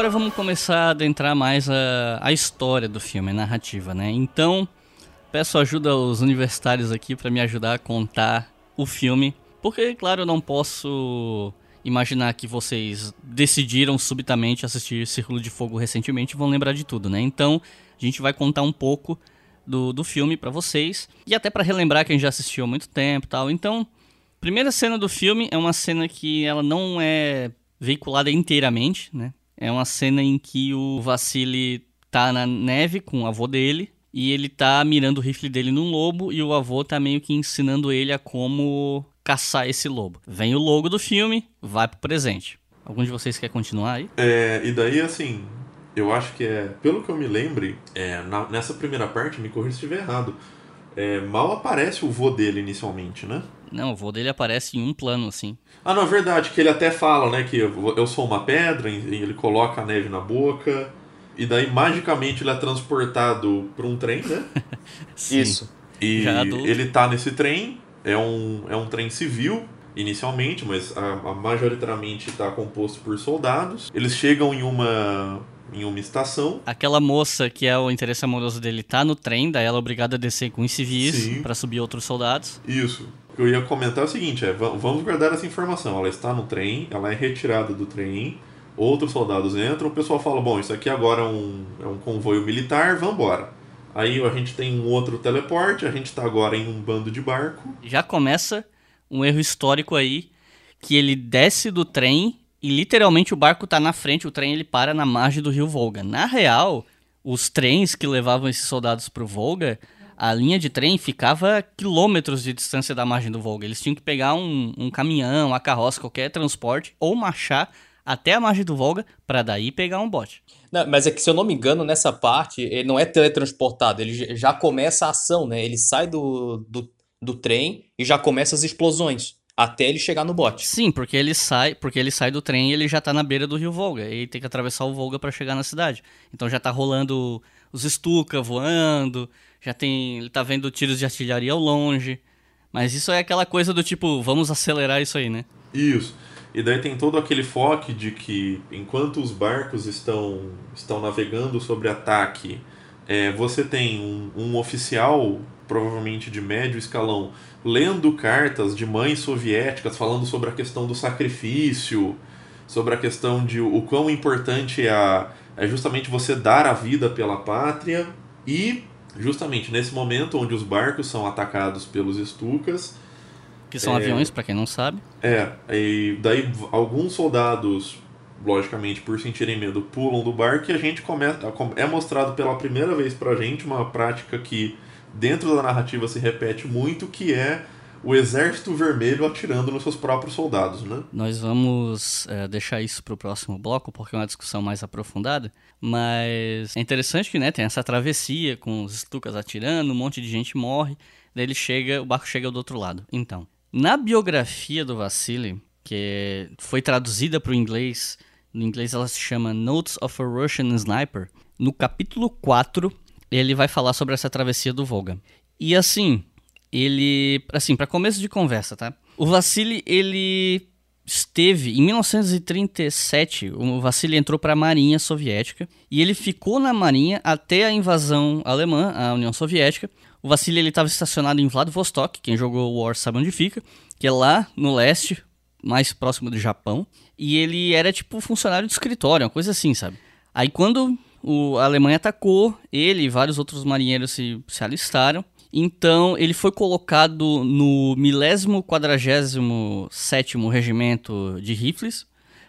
agora vamos começar a adentrar mais a, a história do filme, a narrativa, né? Então, peço ajuda aos universitários aqui para me ajudar a contar o filme, porque, claro, eu não posso imaginar que vocês decidiram subitamente assistir Círculo de Fogo recentemente e vão lembrar de tudo, né? Então, a gente vai contar um pouco do, do filme para vocês, e até para relembrar quem já assistiu há muito tempo e tal. Então, a primeira cena do filme é uma cena que ela não é veiculada inteiramente, né? É uma cena em que o Vasily tá na neve com o avô dele e ele tá mirando o rifle dele num lobo e o avô tá meio que ensinando ele a como caçar esse lobo. Vem o logo do filme, vai pro presente. Algum de vocês quer continuar aí? É, e daí, assim, eu acho que é, pelo que eu me lembre, é, na, nessa primeira parte, me corrija se estiver errado, é, mal aparece o vô dele inicialmente, né? Não, o vô dele aparece em um plano, assim. Ah, não, é verdade, que ele até fala, né, que eu, eu sou uma pedra, e ele coloca a neve na boca, e daí magicamente ele é transportado por um trem, né? Sim. Isso. E Já adulto. ele tá nesse trem, é um, é um trem civil, inicialmente, mas a, a majoritariamente está composto por soldados. Eles chegam em uma, em uma estação. Aquela moça que é o interesse amoroso dele tá no trem, daí ela é obrigada a descer com os civis Sim. pra subir outros soldados. Isso. O que eu ia comentar é o seguinte, é, va- vamos guardar essa informação. Ela está no trem, ela é retirada do trem, outros soldados entram, o pessoal fala, bom, isso aqui agora é um, é um convoio militar, vambora. Aí a gente tem um outro teleporte, a gente está agora em um bando de barco. Já começa um erro histórico aí, que ele desce do trem e literalmente o barco tá na frente, o trem ele para na margem do rio Volga. Na real, os trens que levavam esses soldados pro Volga, a linha de trem ficava a quilômetros de distância da margem do Volga. Eles tinham que pegar um, um caminhão, uma carroça, qualquer transporte, ou marchar até a margem do Volga para daí pegar um bote. Não, mas é que, se eu não me engano, nessa parte, ele não é teletransportado, ele j- já começa a ação, né? Ele sai do, do, do trem e já começa as explosões, até ele chegar no bote. Sim, porque ele sai, porque ele sai do trem e ele já tá na beira do rio Volga. E ele tem que atravessar o Volga para chegar na cidade. Então já tá rolando os Stuka voando, já tem, ele tá vendo tiros de artilharia ao longe. Mas isso é aquela coisa do tipo, vamos acelerar isso aí, né? Isso. E daí tem todo aquele foco de que enquanto os barcos estão, estão navegando sobre ataque, é, você tem um, um oficial, provavelmente de médio escalão, lendo cartas de mães soviéticas falando sobre a questão do sacrifício, sobre a questão de o quão importante é, a, é justamente você dar a vida pela pátria. E justamente nesse momento onde os barcos são atacados pelos Stukas, Que são É. aviões, pra quem não sabe. É, e daí v- alguns soldados, logicamente por sentirem medo, pulam do barco e a gente começa, é mostrado pela primeira vez pra gente uma prática que dentro da narrativa se repete muito, que é o exército vermelho atirando nos seus próprios soldados, né? Nós vamos é, deixar isso pro próximo bloco, porque é uma discussão mais aprofundada. Mas é interessante que, né, tem essa travessia com os Stukas atirando, um monte de gente morre, daí ele chega, o barco chega do outro lado. Então, na biografia do Vasily, que foi traduzida para o inglês, no inglês ela se chama Notes of a Russian Sniper, no capítulo quatro ele vai falar sobre essa travessia do Volga. E assim, ele, assim, para começo de conversa, tá? O Vasily, ele esteve, em mil novecentos e trinta e sete, o Vasily entrou para a Marinha Soviética e ele ficou na Marinha até a invasão alemã, à União Soviética. O Vasily, ele estava estacionado em Vladivostok, quem jogou War sabe onde fica, que é lá no leste, mais próximo do Japão, e ele era tipo funcionário de escritório, uma coisa assim, sabe? Aí quando o, a Alemanha atacou, ele e vários outros marinheiros se, se alistaram, então ele foi colocado no milésimo quadragésimo sétimo regimento de rifles,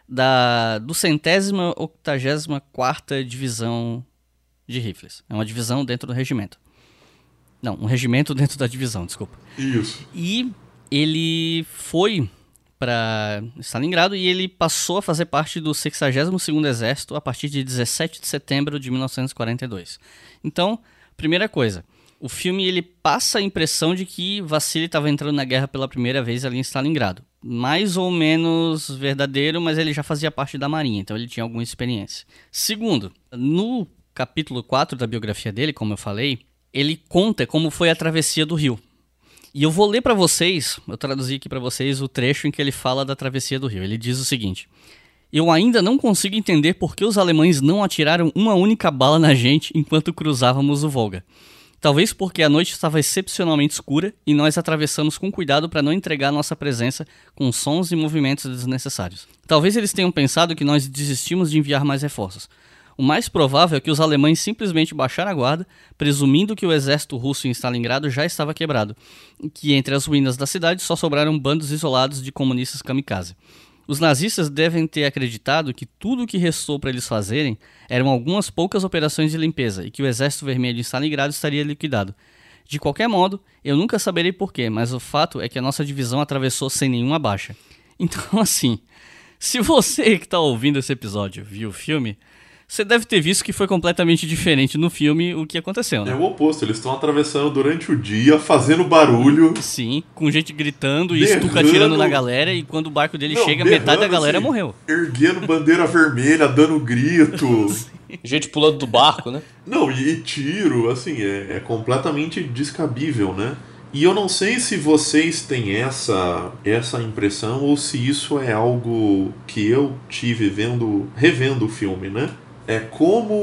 da do centésima octagésima quarta divisão de rifles. É uma divisão dentro do regimento. Não, um regimento dentro da divisão, desculpa. Isso. E ele foi para Stalingrado e ele passou a fazer parte do sexagésimo segundo Exército a partir de dezessete de setembro de mil novecentos e quarenta e dois. Então, primeira coisa, o filme ele passa a impressão de que Vasily estava entrando na guerra pela primeira vez ali em Stalingrado. Mais ou menos verdadeiro, mas ele já fazia parte da Marinha, então ele tinha alguma experiência. Segundo, no capítulo quatro da biografia dele, como eu falei, ele conta como foi a travessia do rio. E eu vou ler para vocês, eu traduzi aqui para vocês o trecho em que ele fala da travessia do rio. Ele diz o seguinte: Eu ainda não consigo entender por que os alemães não atiraram uma única bala na gente enquanto cruzávamos o Volga. Talvez porque a noite estava excepcionalmente escura e nós atravessamos com cuidado para não entregar nossa presença com sons e movimentos desnecessários. Talvez eles tenham pensado que nós desistimos de enviar mais reforços. O mais provável é que os alemães simplesmente baixaram a guarda, presumindo que o exército russo em Stalingrado já estava quebrado, e que entre as ruínas da cidade só sobraram bandos isolados de comunistas kamikaze. Os nazistas devem ter acreditado que tudo o que restou para eles fazerem eram algumas poucas operações de limpeza e que o Exército Vermelho em Stalingrado estaria liquidado. De qualquer modo, eu nunca saberei porquê, mas o fato é que a nossa divisão atravessou sem nenhuma baixa. Então, assim, se você que está ouvindo esse episódio viu o filme, você deve ter visto que foi completamente diferente no filme o que aconteceu, né? É o oposto, eles estão atravessando durante o dia, fazendo barulho. Sim, com gente gritando e berrando. estuca atirando na galera, e quando o barco dele Não, chega, berrando, metade da galera assim, morreu. Erguendo bandeira vermelha, dando grito. Gente pulando do barco, né? Não, e, e tiro, assim, é, é completamente descabível, né? E eu não sei se vocês têm essa, essa impressão ou se isso é algo que eu tive vendo, revendo o filme, né? É como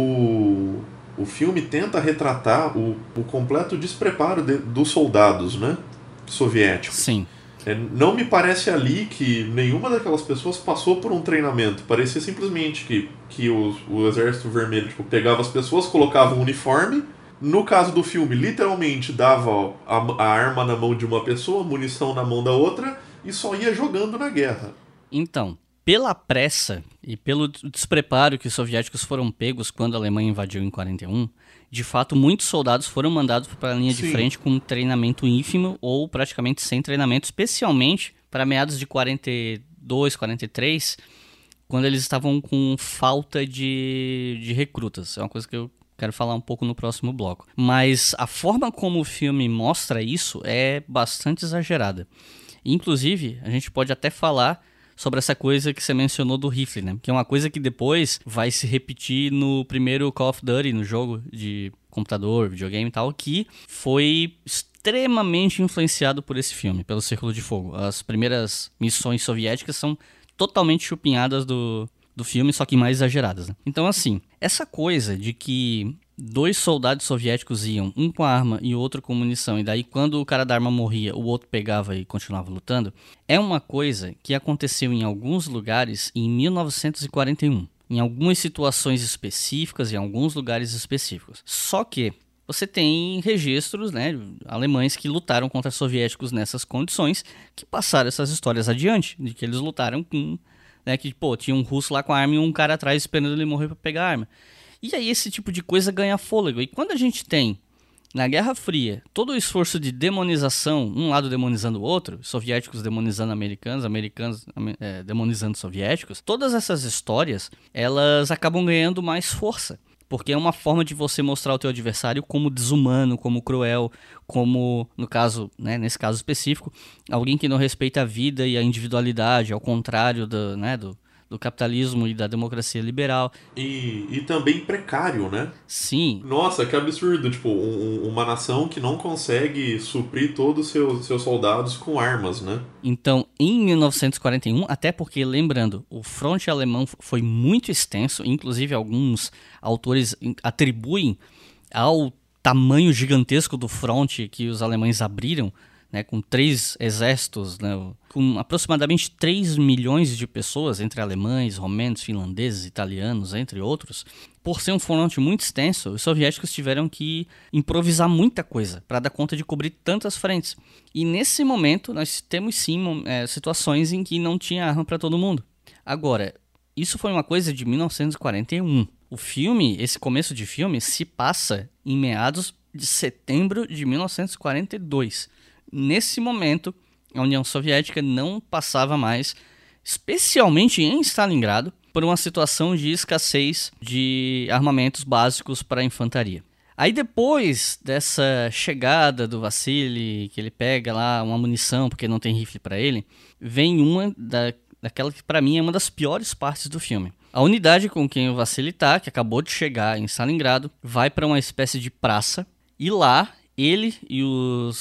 o, o filme tenta retratar o, o completo despreparo de, dos soldados, né, soviéticos. Sim. É, não me parece ali que nenhuma daquelas pessoas passou por um treinamento. Parecia simplesmente que, que o, o Exército Vermelho tipo, pegava as pessoas, colocava um uniforme. No caso do filme, literalmente dava a, a arma na mão de uma pessoa, munição na mão da outra, e só ia jogando na guerra. Então, pela pressa e pelo despreparo que os soviéticos foram pegos quando a Alemanha invadiu em quarenta e um, de fato, muitos soldados foram mandados para a linha Sim. de frente com um treinamento ínfimo ou praticamente sem treinamento, especialmente para meados de quarenta e dois, quarenta e três, quando eles estavam com falta de, de recrutas. É uma coisa que eu quero falar um pouco no próximo bloco. Mas a forma como o filme mostra isso é bastante exagerada. Inclusive, a gente pode até falar sobre essa coisa que você mencionou do rifle, né? Que é uma coisa que depois vai se repetir no primeiro Call of Duty, no jogo de computador, videogame e tal, que foi extremamente influenciado por esse filme, pelo Círculo de Fogo. As primeiras missões soviéticas são totalmente chupinhadas do, do filme, só que mais exageradas, né? Então, assim, essa coisa de que dois soldados soviéticos iam, um com a arma e o outro com munição, e daí quando o cara da arma morria, o outro pegava e continuava lutando, é uma coisa que aconteceu em alguns lugares em mil novecentos e quarenta e um, em algumas situações específicas, em alguns lugares específicos. Só que você tem registros, né, alemães que lutaram contra soviéticos nessas condições, que passaram essas histórias adiante, de que eles lutaram com, né, que pô, tinha um russo lá com a arma e um cara atrás esperando ele morrer para pegar a arma. E aí esse tipo de coisa ganha fôlego. E quando a gente tem, na Guerra Fria, todo o esforço de demonização, um lado demonizando o outro, soviéticos demonizando americanos, americanos é, demonizando soviéticos, todas essas histórias, elas acabam ganhando mais força. Porque é uma forma de você mostrar o teu adversário como desumano, como cruel, como, no caso, né, nesse caso específico, alguém que não respeita a vida e a individualidade, ao contrário do, né, do, do capitalismo e da democracia liberal. E, e também precário, né? Sim. Nossa, que absurdo. Tipo, um, uma nação que não consegue suprir todos os seus, seus soldados com armas, né? Então, em mil novecentos e quarenta e um, até porque, lembrando, o fronte alemão foi muito extenso, inclusive alguns autores atribuem ao tamanho gigantesco do fronte que os alemães abriram, né, com três exércitos, né, com aproximadamente três milhões de pessoas, entre alemães, romenos, finlandeses, italianos, entre outros. Por ser um fronte muito extenso, os soviéticos tiveram que improvisar muita coisa para dar conta de cobrir tantas frentes. E nesse momento, nós temos sim é, situações em que não tinha arma para todo mundo. Agora, isso foi uma coisa de mil novecentos e quarenta e um. O filme, esse começo de filme, se passa em meados de setembro de mil novecentos e quarenta e dois. Nesse momento, a União Soviética não passava mais, especialmente em Stalingrado, por uma situação de escassez de armamentos básicos para a infantaria. Aí depois dessa chegada do Vassili, que ele pega lá uma munição porque não tem rifle para ele, vem uma da, daquela que para mim é uma das piores partes do filme. A unidade com quem o Vassili tá, que acabou de chegar em Stalingrado, vai para uma espécie de praça e lá ele e os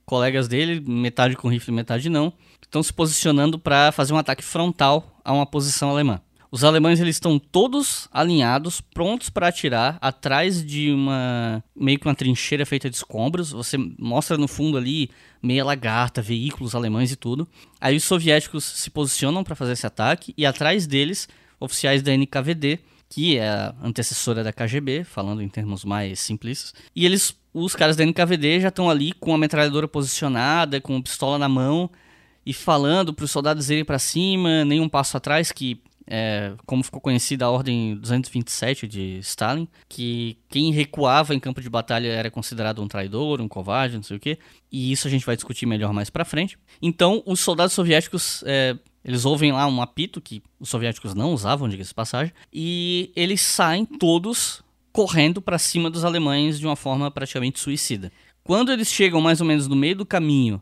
colegas dele, metade com rifle e metade não, estão se posicionando para fazer um ataque frontal a uma posição alemã. Os alemães eles estão todos alinhados, prontos para atirar, atrás de uma meio que uma trincheira feita de escombros. Você mostra no fundo ali meia lagarta, veículos alemães e tudo. Aí os soviéticos se posicionam para fazer esse ataque e atrás deles, oficiais da N K V D, que é a antecessora da K G B, falando em termos mais simplistas. E eles, os caras da N K V D já estão ali com a metralhadora posicionada, com a pistola na mão e falando para os soldados irem para cima, nenhum passo atrás, que É, como ficou conhecida a Ordem duzentos e vinte e sete de Stalin, que quem recuava em campo de batalha era considerado um traidor, um covarde, não sei o quê, e isso a gente vai discutir melhor mais pra frente. Então, os soldados soviéticos, é, eles ouvem lá um apito, que os soviéticos não usavam, diga-se de passagem, e eles saem todos correndo pra cima dos alemães de uma forma praticamente suicida. Quando eles chegam mais ou menos no meio do caminho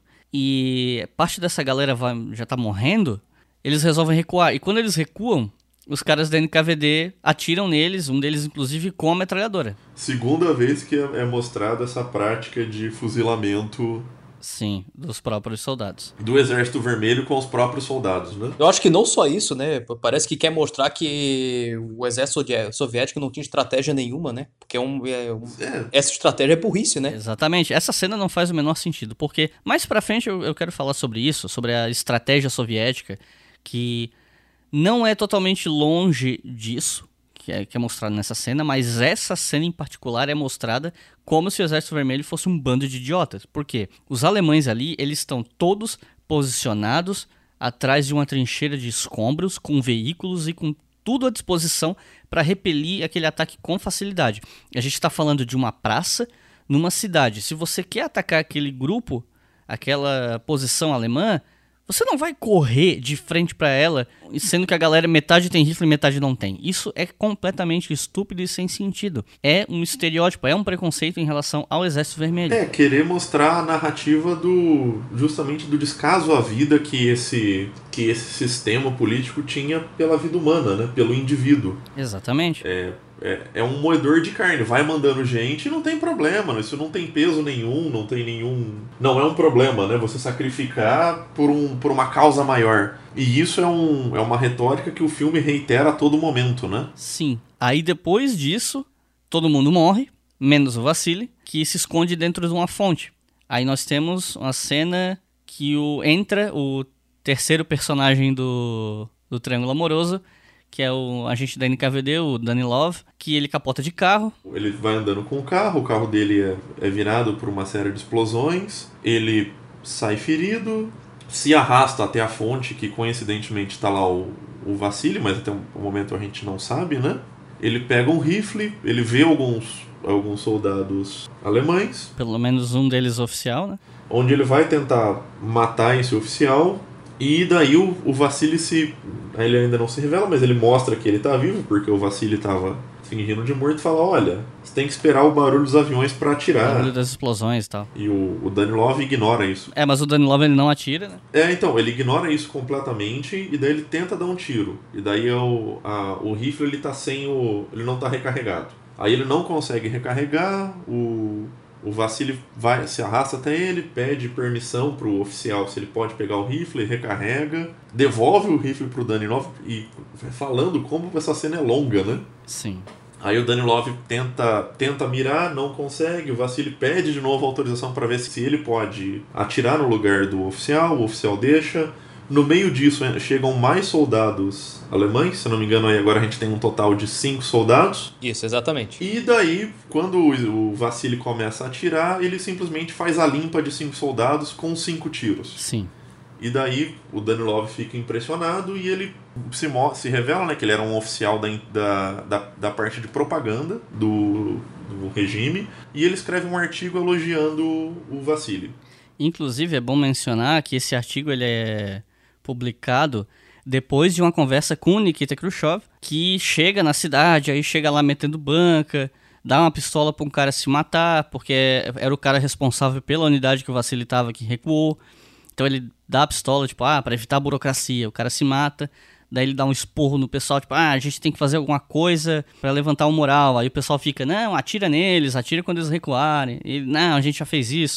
e parte dessa galera vai, já tá morrendo, eles resolvem recuar. E quando eles recuam, os caras da N K V D atiram neles, um deles inclusive com a metralhadora. Segunda vez que é mostrada essa prática de fuzilamento... Sim, dos próprios soldados. Do Exército Vermelho com os próprios soldados, né? Eu acho que não só isso, né? Parece que quer mostrar que o exército soviético não tinha estratégia nenhuma, né? Porque é um, é um... É. Essa estratégia é burrice, né? Exatamente. Essa cena não faz o menor sentido, porque mais pra frente eu, eu quero falar sobre isso, sobre a estratégia soviética, que não é totalmente longe disso, que é, que é mostrado nessa cena, mas essa cena em particular é mostrada como se o Exército Vermelho fosse um bando de idiotas. Por quê? Os alemães ali, eles estão todos posicionados atrás de uma trincheira de escombros, com veículos e com tudo à disposição para repelir aquele ataque com facilidade. A gente está falando de uma praça numa cidade. Se você quer atacar aquele grupo, aquela posição alemã, você não vai correr de frente para ela, sendo que a galera metade tem rifle e metade não tem. Isso é completamente estúpido e sem sentido. É um estereótipo, é um preconceito em relação ao Exército Vermelho. É, querer mostrar a narrativa do justamente do descaso à vida que esse, que esse sistema político tinha pela vida humana, né? Pelo indivíduo. Exatamente. É... É, é um moedor de carne, vai mandando gente e não tem problema, isso não tem peso nenhum, não tem nenhum... Não é um problema, né? Você sacrificar por, um, por uma causa maior. E isso é, um, é uma retórica que o filme reitera a todo momento, né? Sim. Aí depois disso, todo mundo morre, menos o Vassili, que se esconde dentro de uma fonte. Aí nós temos uma cena que o, entra o terceiro personagem do, do Triângulo Amoroso, que é o agente da N K V D, o Danilov, que ele capota de carro. Ele vai andando com o carro, o carro dele é, é virado por uma série de explosões, ele sai ferido, se arrasta até a fonte, que coincidentemente está lá o, o Vassili, mas até o momento a gente não sabe, né? Ele pega um rifle, ele vê alguns, alguns soldados alemães. Pelo menos um deles oficial, né? Onde ele vai tentar matar esse oficial. E daí o, o Vassili se... Ele ainda não se revela, mas ele mostra que ele tá vivo, porque o Vassili tava fingindo de morto e fala, olha, você tem que esperar o barulho dos aviões pra atirar. O barulho das explosões e tal. E o, o Danilov ignora isso. É, mas o Danilov ele não atira, né? É, então, ele ignora isso completamente e daí ele tenta dar um tiro. E daí o, a, o rifle ele tá sem o... ele não tá recarregado. Aí ele não consegue recarregar, o... O Vassili vai, se arrasta até ele, pede permissão pro oficial se ele pode pegar o rifle, recarrega, devolve o rifle pro Danilov e vai falando como essa cena é longa, né? Sim. Aí o Danilov tenta, tenta mirar, não consegue, o Vassili pede de novo autorização para ver se ele pode atirar no lugar do oficial, o oficial deixa. No meio disso chegam mais soldados alemães, se não me engano aí agora a gente tem um total de cinco soldados. Isso, exatamente. E daí, quando o Vassili começa a atirar, ele simplesmente faz a limpa de cinco soldados com cinco tiros. Sim. E daí o Danilov fica impressionado e ele se, se revela, né, que ele era um oficial da, da, da, da parte de propaganda do, do regime, e ele escreve um artigo elogiando o Vassili. Inclusive é bom mencionar que esse artigo ele é publicado depois de uma conversa com o Nikita Khrushchev, que chega na cidade, aí chega lá metendo banca, dá uma pistola para um cara se matar, porque era o cara responsável pela unidade que o Vassili estava, que recuou. Então ele dá a pistola, tipo, ah, para evitar a burocracia. O cara se mata, daí ele dá um esporro no pessoal, tipo, ah, a gente tem que fazer alguma coisa para levantar o moral. Aí o pessoal fica, não, atira neles, atira quando eles recuarem. E, não, a gente já fez isso.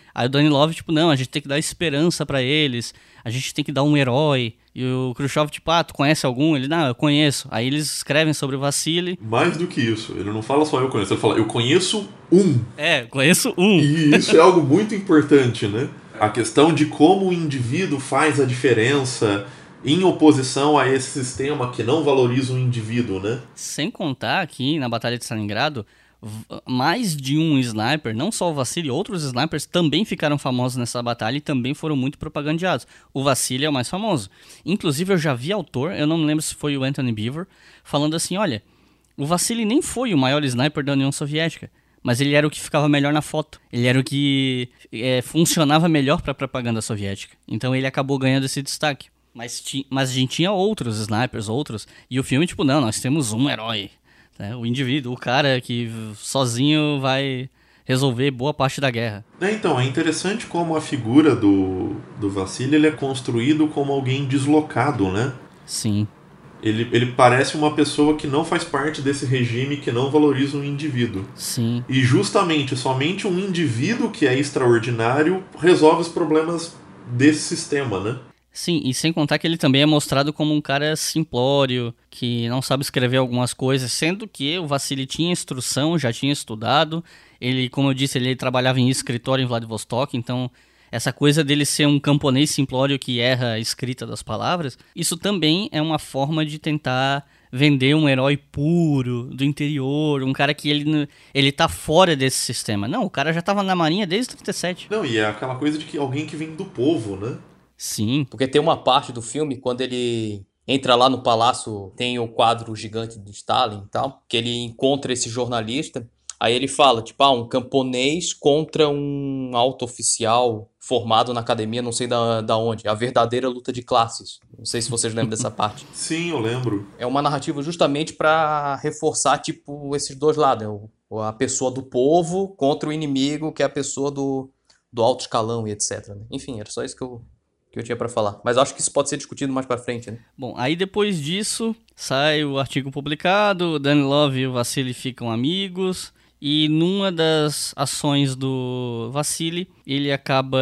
Aí o Danilov, tipo, não, a gente tem que dar esperança pra eles, a gente tem que dar um herói. E o Khrushchev, tipo, ah, tu conhece algum? Ele, não, eu conheço. Aí eles escrevem sobre o Vassili. Mais do que isso, ele não fala só eu conheço, ele fala, eu conheço um. É, conheço um. E isso é algo muito importante, né? A questão de como o indivíduo faz a diferença em oposição a esse sistema que não valoriza o indivíduo, né? Sem contar que na Batalha de Stalingrado, mais de um sniper, não só o Vassili, outros snipers também ficaram famosos nessa batalha e também foram muito propagandeados. O Vassili é o mais famoso. Inclusive eu já vi autor, eu não me lembro se foi o Anthony Beaver, falando assim, olha, o Vassili nem foi o maior sniper da União Soviética, mas ele era o que ficava melhor na foto. Ele era o que é, funcionava melhor para a propaganda soviética. Então ele acabou ganhando esse destaque. Mas, ti, mas a gente tinha outros snipers, outros, e o filme, tipo, não, nós temos um herói. É, o indivíduo, o cara que sozinho vai resolver boa parte da guerra. É, então, é interessante como a figura do, do Vassili ele é construído como alguém deslocado, né? Sim. Ele, ele parece uma pessoa que não faz parte desse regime, que não valoriza um indivíduo. Sim. E justamente, somente um indivíduo que é extraordinário resolve os problemas desse sistema, né? Sim, e sem contar que ele também é mostrado como um cara simplório, que não sabe escrever algumas coisas, sendo que o Vassili tinha instrução, já tinha estudado. Ele, como eu disse, ele trabalhava em escritório em Vladivostok, então essa coisa dele ser um camponês simplório que erra a escrita das palavras, isso também é uma forma de tentar vender um herói puro, do interior, um cara que ele, ele tá fora desse sistema. Não, o cara já tava na marinha desde trinta e sete. Não, e é aquela coisa de que alguém que vem do povo, né? Sim. Porque tem uma parte do filme, quando ele entra lá no palácio, tem o quadro gigante do Stalin e tal, que ele encontra esse jornalista, aí ele fala, tipo, ah, um camponês contra um alto oficial formado na academia, não sei da, da onde, a verdadeira luta de classes. Não sei se vocês lembram dessa parte. Sim, eu lembro. É uma narrativa justamente para reforçar, tipo, esses dois lados, né? A pessoa do povo contra o inimigo, que é a pessoa do, do alto escalão e etcétera. Né? Enfim, era só isso que eu... que eu tinha pra falar. Mas acho que isso pode ser discutido mais pra frente, né? Bom, aí depois disso, sai o artigo publicado, o Danilov e o Vassili ficam amigos, e numa das ações do Vassili, ele acaba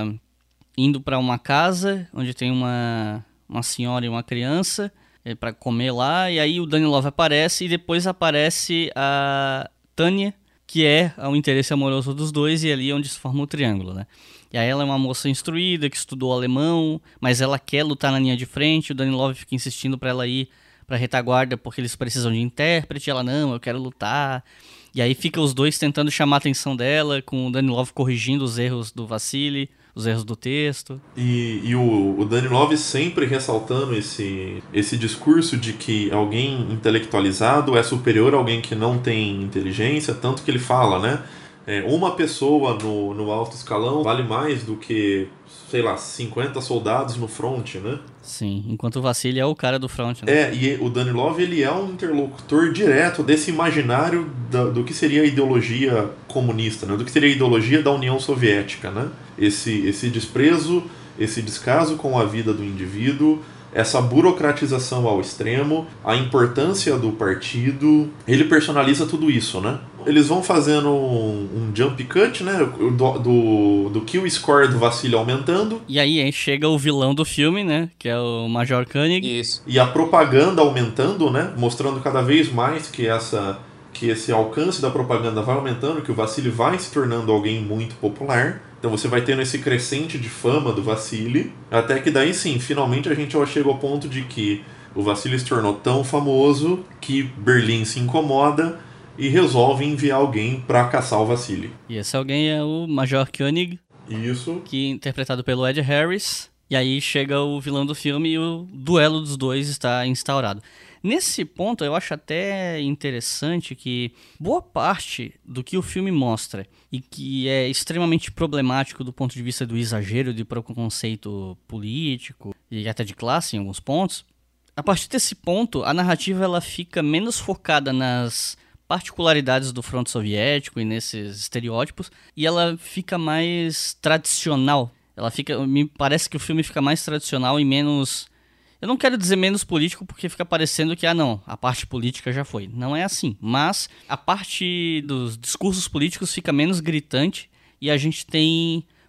indo pra uma casa, onde tem uma, uma senhora e uma criança, é, pra comer lá, e aí o Danilov aparece, e depois aparece a Tânia, que é o interesse amoroso dos dois, e ali é onde se forma o triângulo, né? E aí ela é uma moça instruída, que estudou alemão, mas ela quer lutar na linha de frente, o Danilov fica insistindo pra ela ir pra retaguarda porque eles precisam de intérprete, ela não, eu quero lutar. E aí fica os dois tentando chamar a atenção dela, com o Danilov corrigindo os erros do Vassili, os erros do texto. E, e o, o Danilov sempre ressaltando esse, esse discurso de que alguém intelectualizado é superior a alguém que não tem inteligência, tanto que ele fala, né? É, uma pessoa no, no alto escalão vale mais do que, sei lá, cinquenta soldados no front, né? Sim, enquanto o Vassili é o cara do front, né? É, e o Danilov, ele é um interlocutor direto desse imaginário da, do que seria a ideologia comunista, né? Do que seria a ideologia da União Soviética, né? Esse, esse desprezo, esse descaso com a vida do indivíduo, essa burocratização ao extremo, a importância do partido, ele personaliza tudo isso, né? Eles vão fazendo um, um jump cut, né? Do, do, do kill score do Vassili aumentando. E aí, aí chega o vilão do filme, né? Que é o Major Koenig. Isso. E a propaganda aumentando, né? Mostrando cada vez mais que, essa, que esse alcance da propaganda vai aumentando, que o Vassili vai se tornando alguém muito popular. Então você vai tendo esse crescente de fama do Vassili, até que daí sim, finalmente a gente chega ao ponto de que o Vassili se tornou tão famoso que Berlim se incomoda e resolve enviar alguém para caçar o Vassili. E esse alguém é o Major Koenig. Isso. Que é interpretado pelo Ed Harris. E aí chega o vilão do filme e o duelo dos dois está instaurado. Nesse ponto, eu acho até interessante que boa parte do que o filme mostra e que é extremamente problemático do ponto de vista do exagero, de preconceito político e até de classe em alguns pontos, a partir desse ponto, a narrativa ela fica menos focada nas particularidades do fronte soviético e nesses estereótipos, e ela fica mais tradicional. Ela fica, me parece que o filme fica mais tradicional e menos... Eu não quero dizer menos político porque fica parecendo que, ah não, a parte política já foi. Não é assim, mas a parte dos discursos políticos fica menos gritante e a gente tem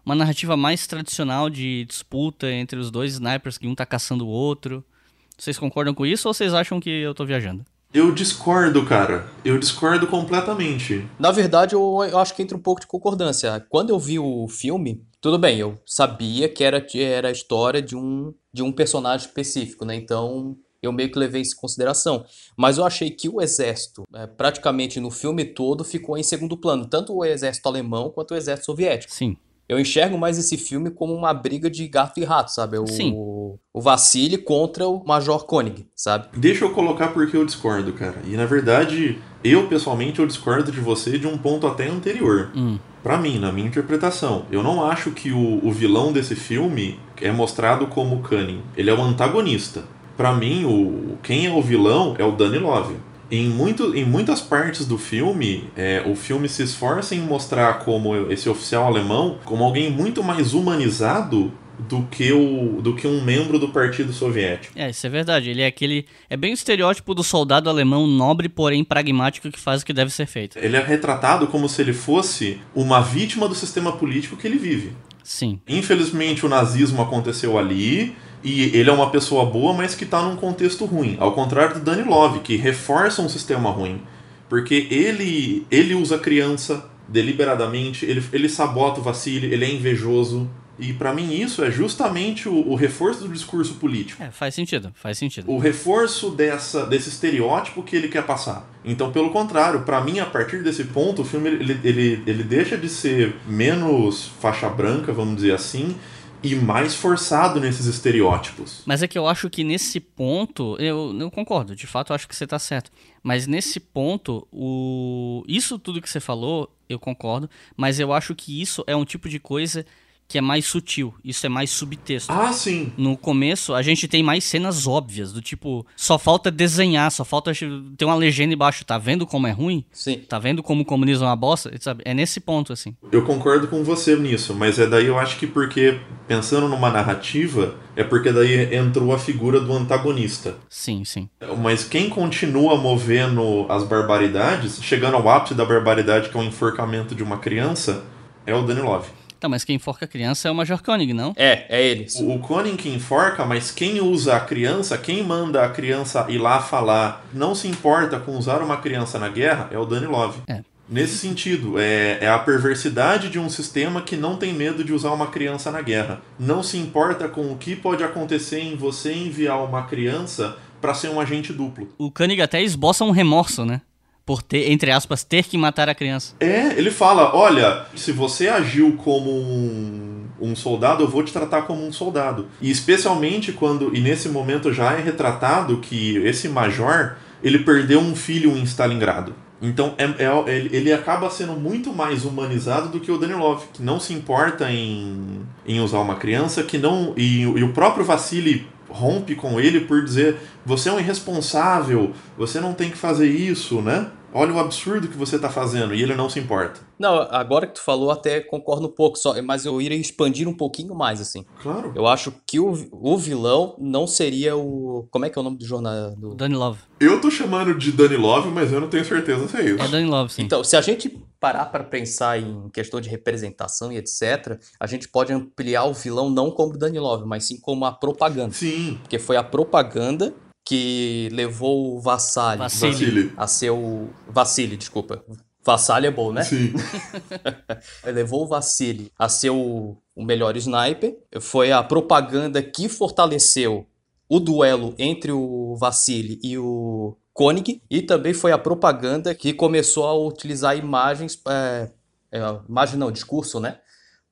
uma narrativa mais tradicional de disputa entre os dois snipers, que um tá caçando o outro. Vocês concordam com isso ou vocês acham que eu tô viajando? Eu discordo, cara. Eu discordo completamente. Na verdade, eu, eu acho que entra um pouco de concordância. Quando eu vi o filme, tudo bem, eu sabia que era, era a história de um, de um personagem específico, né? Então, eu meio que levei isso em consideração. Mas eu achei que o exército, é, praticamente no filme todo, ficou em segundo plano. Tanto o exército alemão quanto o exército soviético. Sim. Eu enxergo mais esse filme como uma briga de gato e rato, sabe? O, Sim. o Vassili contra o Major Koenig, sabe? Deixa eu colocar porque eu discordo, cara. E na verdade, eu pessoalmente eu discordo de você de um ponto até anterior. Hum. Pra mim, na minha interpretação, eu não acho que o, o vilão desse filme é mostrado como o Koenig. Ele é o antagonista. Pra mim, o, quem é o vilão é o Danilov. Em, muito, em muitas partes do filme, é, o filme se esforça em mostrar como esse oficial alemão como alguém muito mais humanizado do que, o, do que um membro do Partido Soviético. É, isso é verdade. Ele é aquele. É bem o estereótipo do soldado alemão nobre, porém pragmático, que faz o que deve ser feito. Ele é retratado como se ele fosse uma vítima do sistema político que ele vive. Sim. Infelizmente, o nazismo aconteceu ali. E ele é uma pessoa boa, mas que está num contexto ruim. Ao contrário do Danilov, que reforça um sistema ruim. Porque ele, ele usa a criança deliberadamente, ele, ele sabota o Vassili, ele é invejoso. E para mim isso é justamente o, o reforço do discurso político. É, faz sentido, faz sentido. O reforço dessa, desse estereótipo que ele quer passar. Então, pelo contrário, para mim, a partir desse ponto, o filme ele, ele, ele deixa de ser menos faixa branca, vamos dizer assim, e mais forçado nesses estereótipos. Mas é que eu acho que nesse ponto, eu, eu concordo, de fato eu acho que você tá certo. Mas nesse ponto, o... isso tudo que você falou, eu concordo, mas eu acho que isso é um tipo de coisa que é mais sutil, isso é mais subtexto. Ah, sim. No começo, a gente tem mais cenas óbvias, do tipo, só falta desenhar, só falta ter uma legenda embaixo, tá vendo como é ruim? Sim. Tá vendo como o comunismo é uma bosta? Sabe? É nesse ponto, assim. Eu concordo com você nisso, mas é daí eu acho que porque, pensando numa narrativa, é porque daí entrou a figura do antagonista. Sim, sim. Mas quem continua movendo as barbaridades, chegando ao ápice da barbaridade, que é o enforcamento de uma criança, é o Danilov. Tá, mas quem enforca a criança é o Major Koenig, não? É, é ele. O, o Koenig que enforca, mas quem usa a criança, quem manda a criança ir lá falar, não se importa com usar uma criança na guerra, é o Danilov. É. Nesse sentido, é, é a perversidade de um sistema que não tem medo de usar uma criança na guerra. Não se importa com o que pode acontecer em você enviar uma criança para ser um agente duplo. O Koenig até esboça um remorso, né? Por ter, entre aspas, ter que matar a criança. É, ele fala, olha, se você agiu como um, um soldado, eu vou te tratar como um soldado. E especialmente quando, e nesse momento já é retratado que esse major, ele perdeu um filho em Stalingrado. Então é, é, ele acaba sendo muito mais humanizado do que o Danilov, que não se importa em, em usar uma criança, que não, e, e o próprio Vassili rompe com ele por dizer, você é um irresponsável, você não tem que fazer isso, né? Olha o absurdo que você tá fazendo, e ele não se importa. Não, agora que tu falou, até concordo um pouco, só, mas eu iria expandir um pouquinho mais, assim. Claro. Eu acho que o, o vilão não seria o... Como é que é o nome do jornal? Do... Danilov. Eu tô chamando de Danilov, mas eu não tenho certeza se é isso. É Danilov, sim. Então, se a gente parar para pensar em questão de representação e etcétera, a gente pode ampliar o vilão não como Danilov, mas sim como a propaganda. Sim. Porque foi a propaganda que levou o Vassali, Vassili. a ser o... Vassili, desculpa. Vassali é bom, né? Sim. Levou o Vassili a ser o, o melhor sniper. Foi a propaganda que fortaleceu o duelo entre o Vassili e o Koenig. E também foi a propaganda que começou a utilizar imagens... É, é, imagem não, discurso, né?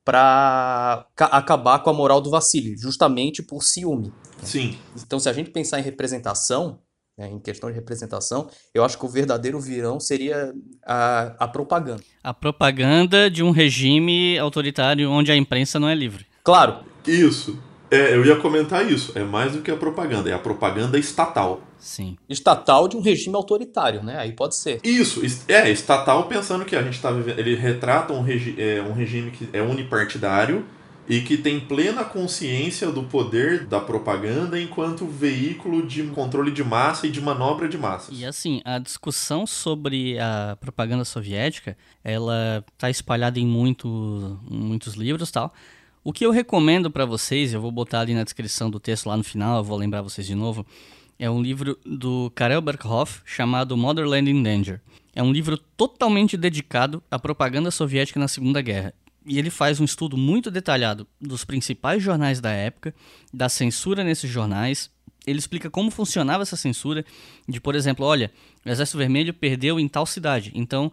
Para acabar com a moral do Vassili, justamente por ciúme. Sim. Então, se a gente pensar em representação, né, em questão de representação, eu acho que o verdadeiro vilão seria a, a propaganda. A propaganda de um regime autoritário onde a imprensa não é livre. Claro. Isso. É, eu ia comentar isso. É mais do que a propaganda. É a propaganda estatal. Sim. Estatal de um regime autoritário, né? Aí pode ser. Isso. É, estatal pensando que a gente tá vivendo... Ele retrata um, regi, é, um regime que é unipartidário, e que tem plena consciência do poder da propaganda enquanto veículo de controle de massa e de manobra de massas. E assim, a discussão sobre a propaganda soviética, ela tá espalhada em muito, muitos livros e tal. O que eu recomendo para vocês, eu vou botar ali na descrição do texto lá no final, eu vou lembrar vocês de novo, é um livro do Karel Berkhoff chamado Motherland in Danger. É um livro totalmente dedicado à propaganda soviética na Segunda Guerra. E ele faz um estudo muito detalhado dos principais jornais da época, da censura nesses jornais. Ele explica como funcionava essa censura, de, por exemplo, olha, o Exército Vermelho perdeu em tal cidade. Então,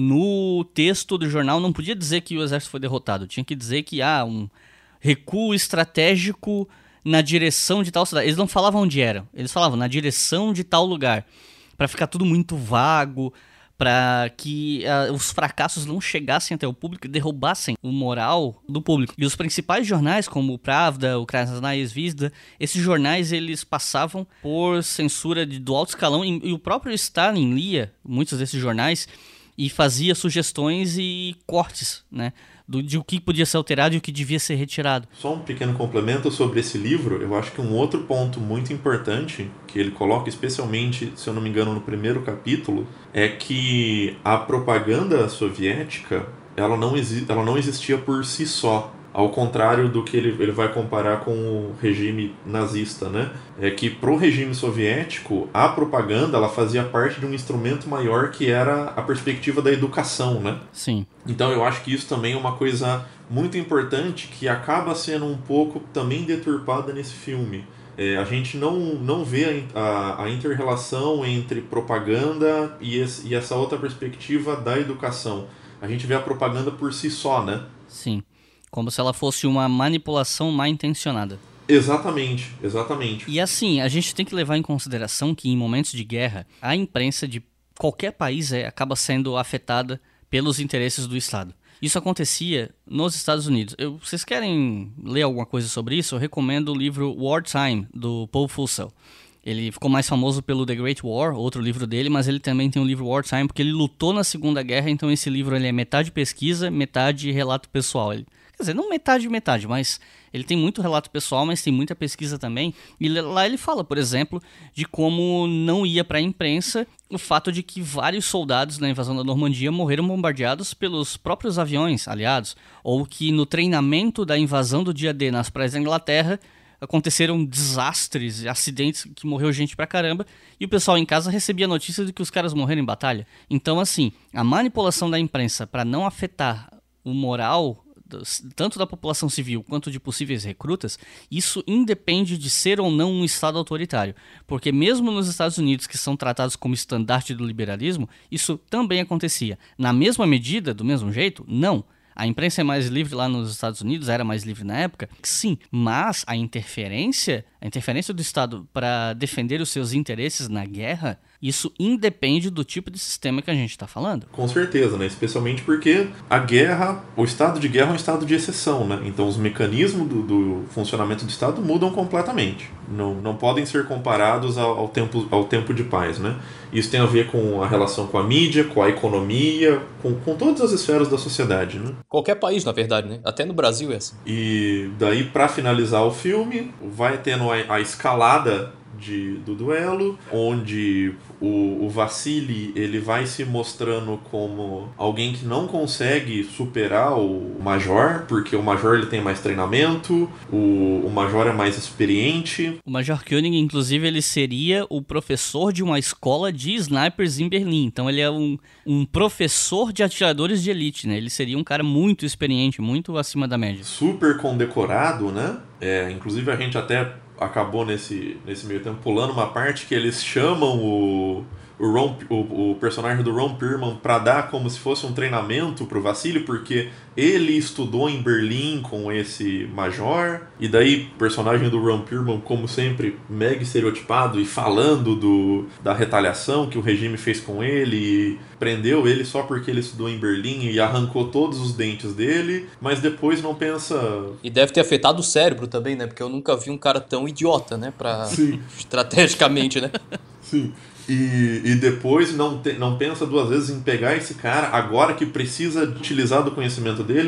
no texto do jornal não podia dizer que o exército foi derrotado. Tinha que dizer que há ah, um recuo estratégico na direção de tal cidade. Eles não falavam onde era, eles falavam na direção de tal lugar. Para ficar tudo muito vago, para que uh, os fracassos não chegassem até o público e derrubassem o moral do público. E os principais jornais, como o Pravda, o Krasnaya Zvezda, esses jornais eles passavam por censura de, do alto escalão, e, e o próprio Stalin lia muitos desses jornais e fazia sugestões e cortes, né, do, de o que podia ser alterado e o que devia ser retirado. Só um pequeno complemento sobre esse livro. Eu acho que um outro ponto muito importante que ele coloca, especialmente, se eu não me engano, no primeiro capítulo, é que a propaganda soviética ela não, exi- ela não existia por si só. Ao contrário do que ele, ele vai comparar com o regime nazista, né? É que pro regime soviético, a propaganda ela fazia parte de um instrumento maior que era a perspectiva da educação, né? Sim. Então eu acho que isso também é uma coisa muito importante que acaba sendo um pouco também deturpada nesse filme. É, a gente não, não vê a, a, a inter-relação entre propaganda e, esse, e essa outra perspectiva da educação. A gente vê a propaganda por si só, né? Sim. Como se ela fosse uma manipulação mal intencionada. Exatamente, exatamente. E assim, a gente tem que levar em consideração que em momentos de guerra, a imprensa de qualquer país é, acaba sendo afetada pelos interesses do Estado. Isso acontecia nos Estados Unidos. Eu, vocês querem ler alguma coisa sobre isso? Eu recomendo o livro Wartime, do Paul Fussell. Ele ficou mais famoso pelo The Great War, outro livro dele, mas ele também tem um livro Wartime, porque ele lutou na Segunda Guerra, então esse livro ele é metade pesquisa, metade relato pessoal. Ele, quer dizer, não metade metade, mas ele tem muito relato pessoal, mas tem muita pesquisa também. E lá ele fala, por exemplo, de como não ia para a imprensa o fato de que vários soldados na invasão da Normandia morreram bombardeados pelos próprios aviões aliados, ou que no treinamento da invasão do dia D nas praias da Inglaterra aconteceram desastres, acidentes que morreu gente pra caramba, e o pessoal em casa recebia notícia de que os caras morreram em batalha. Então, assim, a manipulação da imprensa para não afetar o moral tanto da população civil quanto de possíveis recrutas, isso independe de ser ou não um Estado autoritário. Porque mesmo nos Estados Unidos, que são tratados como estandarte do liberalismo, isso também acontecia. Na mesma medida, do mesmo jeito? Não. A imprensa é mais livre lá nos Estados Unidos, era mais livre na época? Sim, mas a interferência, a interferência do Estado para defender os seus interesses na guerra, isso independe do tipo de sistema que a gente está falando. Com certeza, né? Especialmente porque a guerra, o estado de guerra é um estado de exceção, né? Então os mecanismos do, do funcionamento do Estado mudam completamente. Não, não podem ser comparados ao, ao, tempo, ao tempo de paz, né? Isso tem a ver com a relação com a mídia, com a economia, com, com todas as esferas da sociedade, né? Qualquer país, na verdade, né? Até no Brasil é assim. E daí, para finalizar o filme, vai tendo a, a escalada de, do duelo, onde o, o Vassili ele vai se mostrando como alguém que não consegue superar o Major, porque o Major ele tem mais treinamento, o, o Major é mais experiente. O Major Koenig, inclusive, ele seria o professor de uma escola de snipers em Berlim. Então ele é um, um professor de atiradores de elite, né? Ele seria um cara muito experiente, muito acima da média. Super condecorado, né? É, inclusive a gente até acabou nesse, nesse meio tempo pulando uma parte que eles chamam o, o, Ron, o, o personagem do Ron Perlman para dar como se fosse um treinamento pro Vassili, porque ele estudou em Berlim com esse major, e daí o personagem do Ron Perlman, como sempre, mega estereotipado e falando do, da retaliação que o regime fez com ele, e prendeu ele só porque ele estudou em Berlim e arrancou todos os dentes dele, mas depois não pensa... E deve ter afetado o cérebro também, né? Porque eu nunca vi um cara tão idiota, né? Pra... Sim. Estrategicamente, né? Sim. E, e depois não, te, não pensa duas vezes em pegar esse cara, agora que precisa utilizar do conhecimento dele,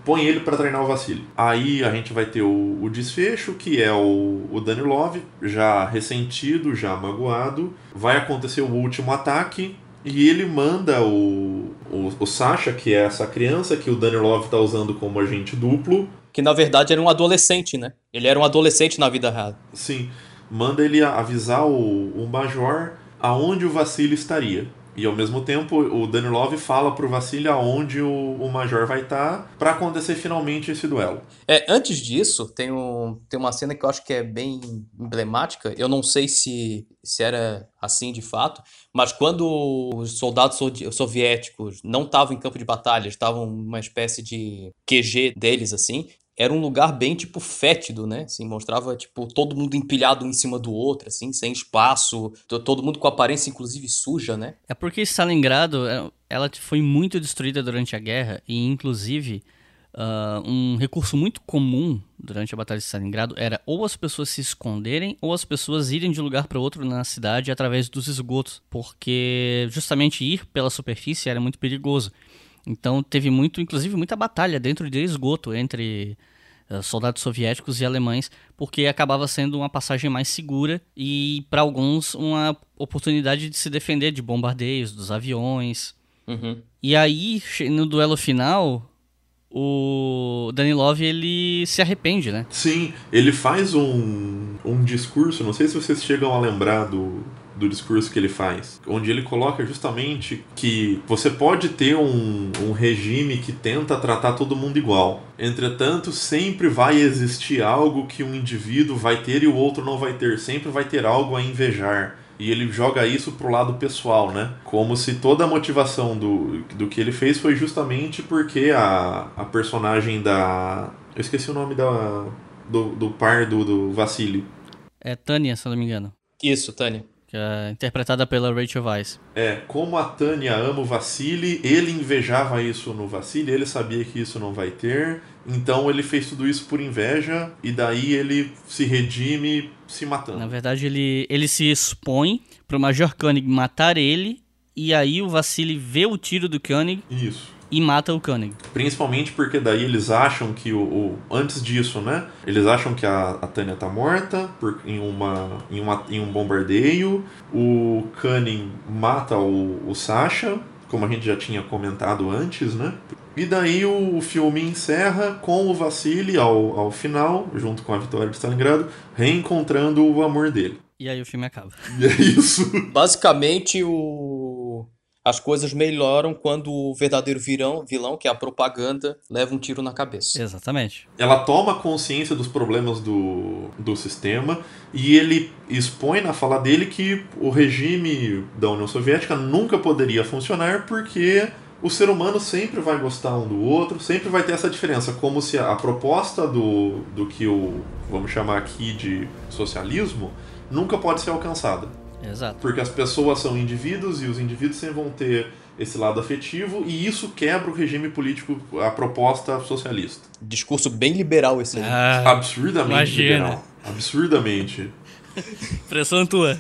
põe ele para treinar o Vasily. Aí a gente vai ter o, o desfecho, que é o, o Danilov, já ressentido, já magoado. Vai acontecer o último ataque e ele manda o, o, o Sasha, que é essa criança que o Danilov tá usando como agente duplo. Que na verdade era um adolescente, né? Ele era um adolescente na vida real. Sim, manda ele avisar o, o Major aonde o Vasily estaria. E ao mesmo tempo o Danilov fala pro Vasily aonde o, o Major vai estar para acontecer finalmente esse duelo. É, antes disso, tem, um, tem uma cena que eu acho que é bem emblemática. Eu não sei se, se era assim de fato, mas quando os soldados soviéticos não estavam em campo de batalha, estavam numa espécie de Q G deles, assim, era um lugar bem, tipo, fétido, né? Assim, mostrava, tipo, todo mundo empilhado um em cima do outro, assim, sem espaço, todo mundo com aparência, inclusive, suja, né? É porque Stalingrado, ela foi muito destruída durante a guerra e, inclusive, uh, um recurso muito comum durante a Batalha de Stalingrado era ou as pessoas se esconderem ou as pessoas irem de um lugar para outro na cidade através dos esgotos, porque justamente ir pela superfície era muito perigoso. Então teve muito, inclusive muita batalha dentro de esgoto entre uh, soldados soviéticos e alemães, porque acabava sendo uma passagem mais segura e para alguns uma oportunidade de se defender de bombardeios, dos aviões. Uhum. E aí, no duelo final, o Danilov ele se arrepende, né? Sim, ele faz um, um discurso, não sei se vocês chegam a lembrar do... do discurso que ele faz, onde ele coloca justamente que você pode ter um, um regime que tenta tratar todo mundo igual. Entretanto, sempre vai existir algo que um indivíduo vai ter e o outro não vai ter. Sempre vai ter algo a invejar. E ele joga isso pro lado pessoal, né? Como se toda a motivação do, do que ele fez foi justamente porque a, a personagem da... Eu esqueci o nome da, do, do par do, do Vasily. É Tânia, se eu não me engano. Isso, Tânia. Que é interpretada pela Rachel Weisz. É, como a Tânia ama o Vasily, ele invejava isso no Vasily, ele sabia que isso não vai ter, então ele fez tudo isso por inveja, e daí ele se redime se matando. Na verdade, ele, ele se expõe pro Major Koenig matar ele, e aí o Vasily vê o tiro do Koenig. Isso. E mata o Koenig. Principalmente porque daí eles acham que o, o antes disso, né? Eles acham que a, a Tânia tá morta por, em, uma, em, uma, em um bombardeio. O Koenig mata o, o Sasha, como a gente já tinha comentado antes, né? E daí o, o filme encerra com o Vasily ao, ao final, junto com a vitória de Stalingrado, reencontrando o amor dele. E aí o filme acaba. E é isso. Basicamente, o... as coisas melhoram quando o verdadeiro vilão, vilão, que é a propaganda, leva um tiro na cabeça. Exatamente. Ela toma consciência dos problemas do, do sistema e ele expõe na fala dele que o regime da União Soviética nunca poderia funcionar porque o ser humano sempre vai gostar um do outro, sempre vai ter essa diferença, como se a, a proposta do, do que o, vamos chamar aqui de socialismo, nunca pode ser alcançada. Exato. Porque as pessoas são indivíduos e os indivíduos sempre vão ter esse lado afetivo e isso quebra o regime político, a proposta socialista. Discurso bem liberal esse aí. Ah, Absurdamente imagina. liberal. Absurdamente. Impressão tua.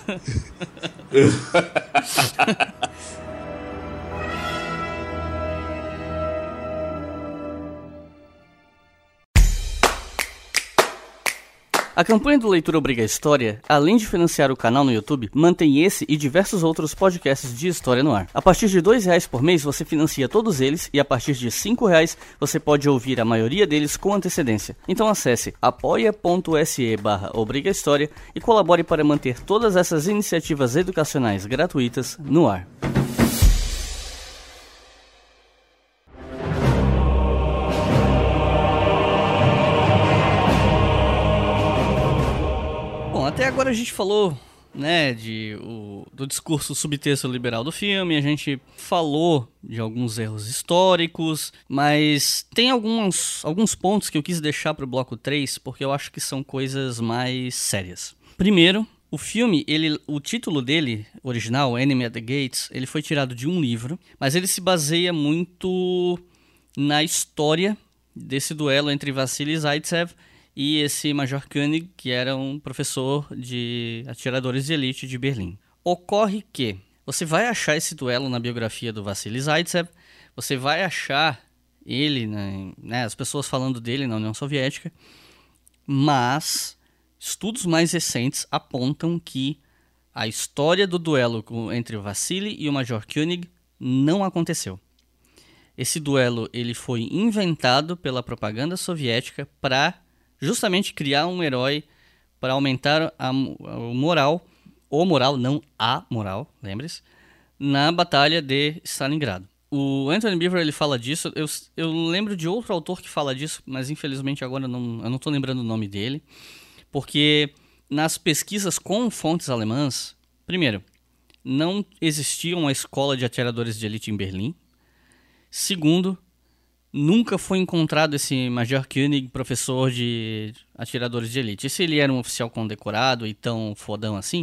A campanha do Leitura Obriga História, além de financiar o canal no YouTube, mantém esse e diversos outros podcasts de história no ar. A partir de dois reais por mês você financia todos eles e a partir de cinco reais você pode ouvir a maioria deles com antecedência. Então acesse apoia.se barra Obriga História e colabore para manter todas essas iniciativas educacionais gratuitas no ar. Até agora a gente falou, né, de, o, do discurso subtexto liberal do filme, a gente falou de alguns erros históricos, mas tem alguns, alguns pontos que eu quis deixar para o bloco três, porque eu acho que são coisas mais sérias. Primeiro, o filme, ele, o título dele, original, Enemy at the Gates, ele foi tirado de um livro, mas ele se baseia muito na história desse duelo entre Vasily Zaitsev e esse Major Koenig, que era um professor de atiradores de elite de Berlim. Ocorre que você vai achar esse duelo na biografia do Vasily Zaitsev, você vai achar ele, né, né, as pessoas falando dele na União Soviética, mas estudos mais recentes apontam que a história do duelo entre o Vassili e o Major Koenig não aconteceu. Esse duelo ele foi inventado pela propaganda soviética para justamente criar um herói, para aumentar a, a moral, ou moral, não a moral, lembre-se, na Batalha de Stalingrado. O Anthony Beaver ele fala disso, eu, eu lembro de outro autor que fala disso, mas infelizmente agora eu não, eu não estou lembrando o nome dele, porque nas pesquisas com fontes alemãs, primeiro, não existia uma escola de atiradores de elite em Berlim. Segundo, nunca foi encontrado esse Major Koenig, professor de atiradores de elite. E se ele era um oficial condecorado e tão fodão assim,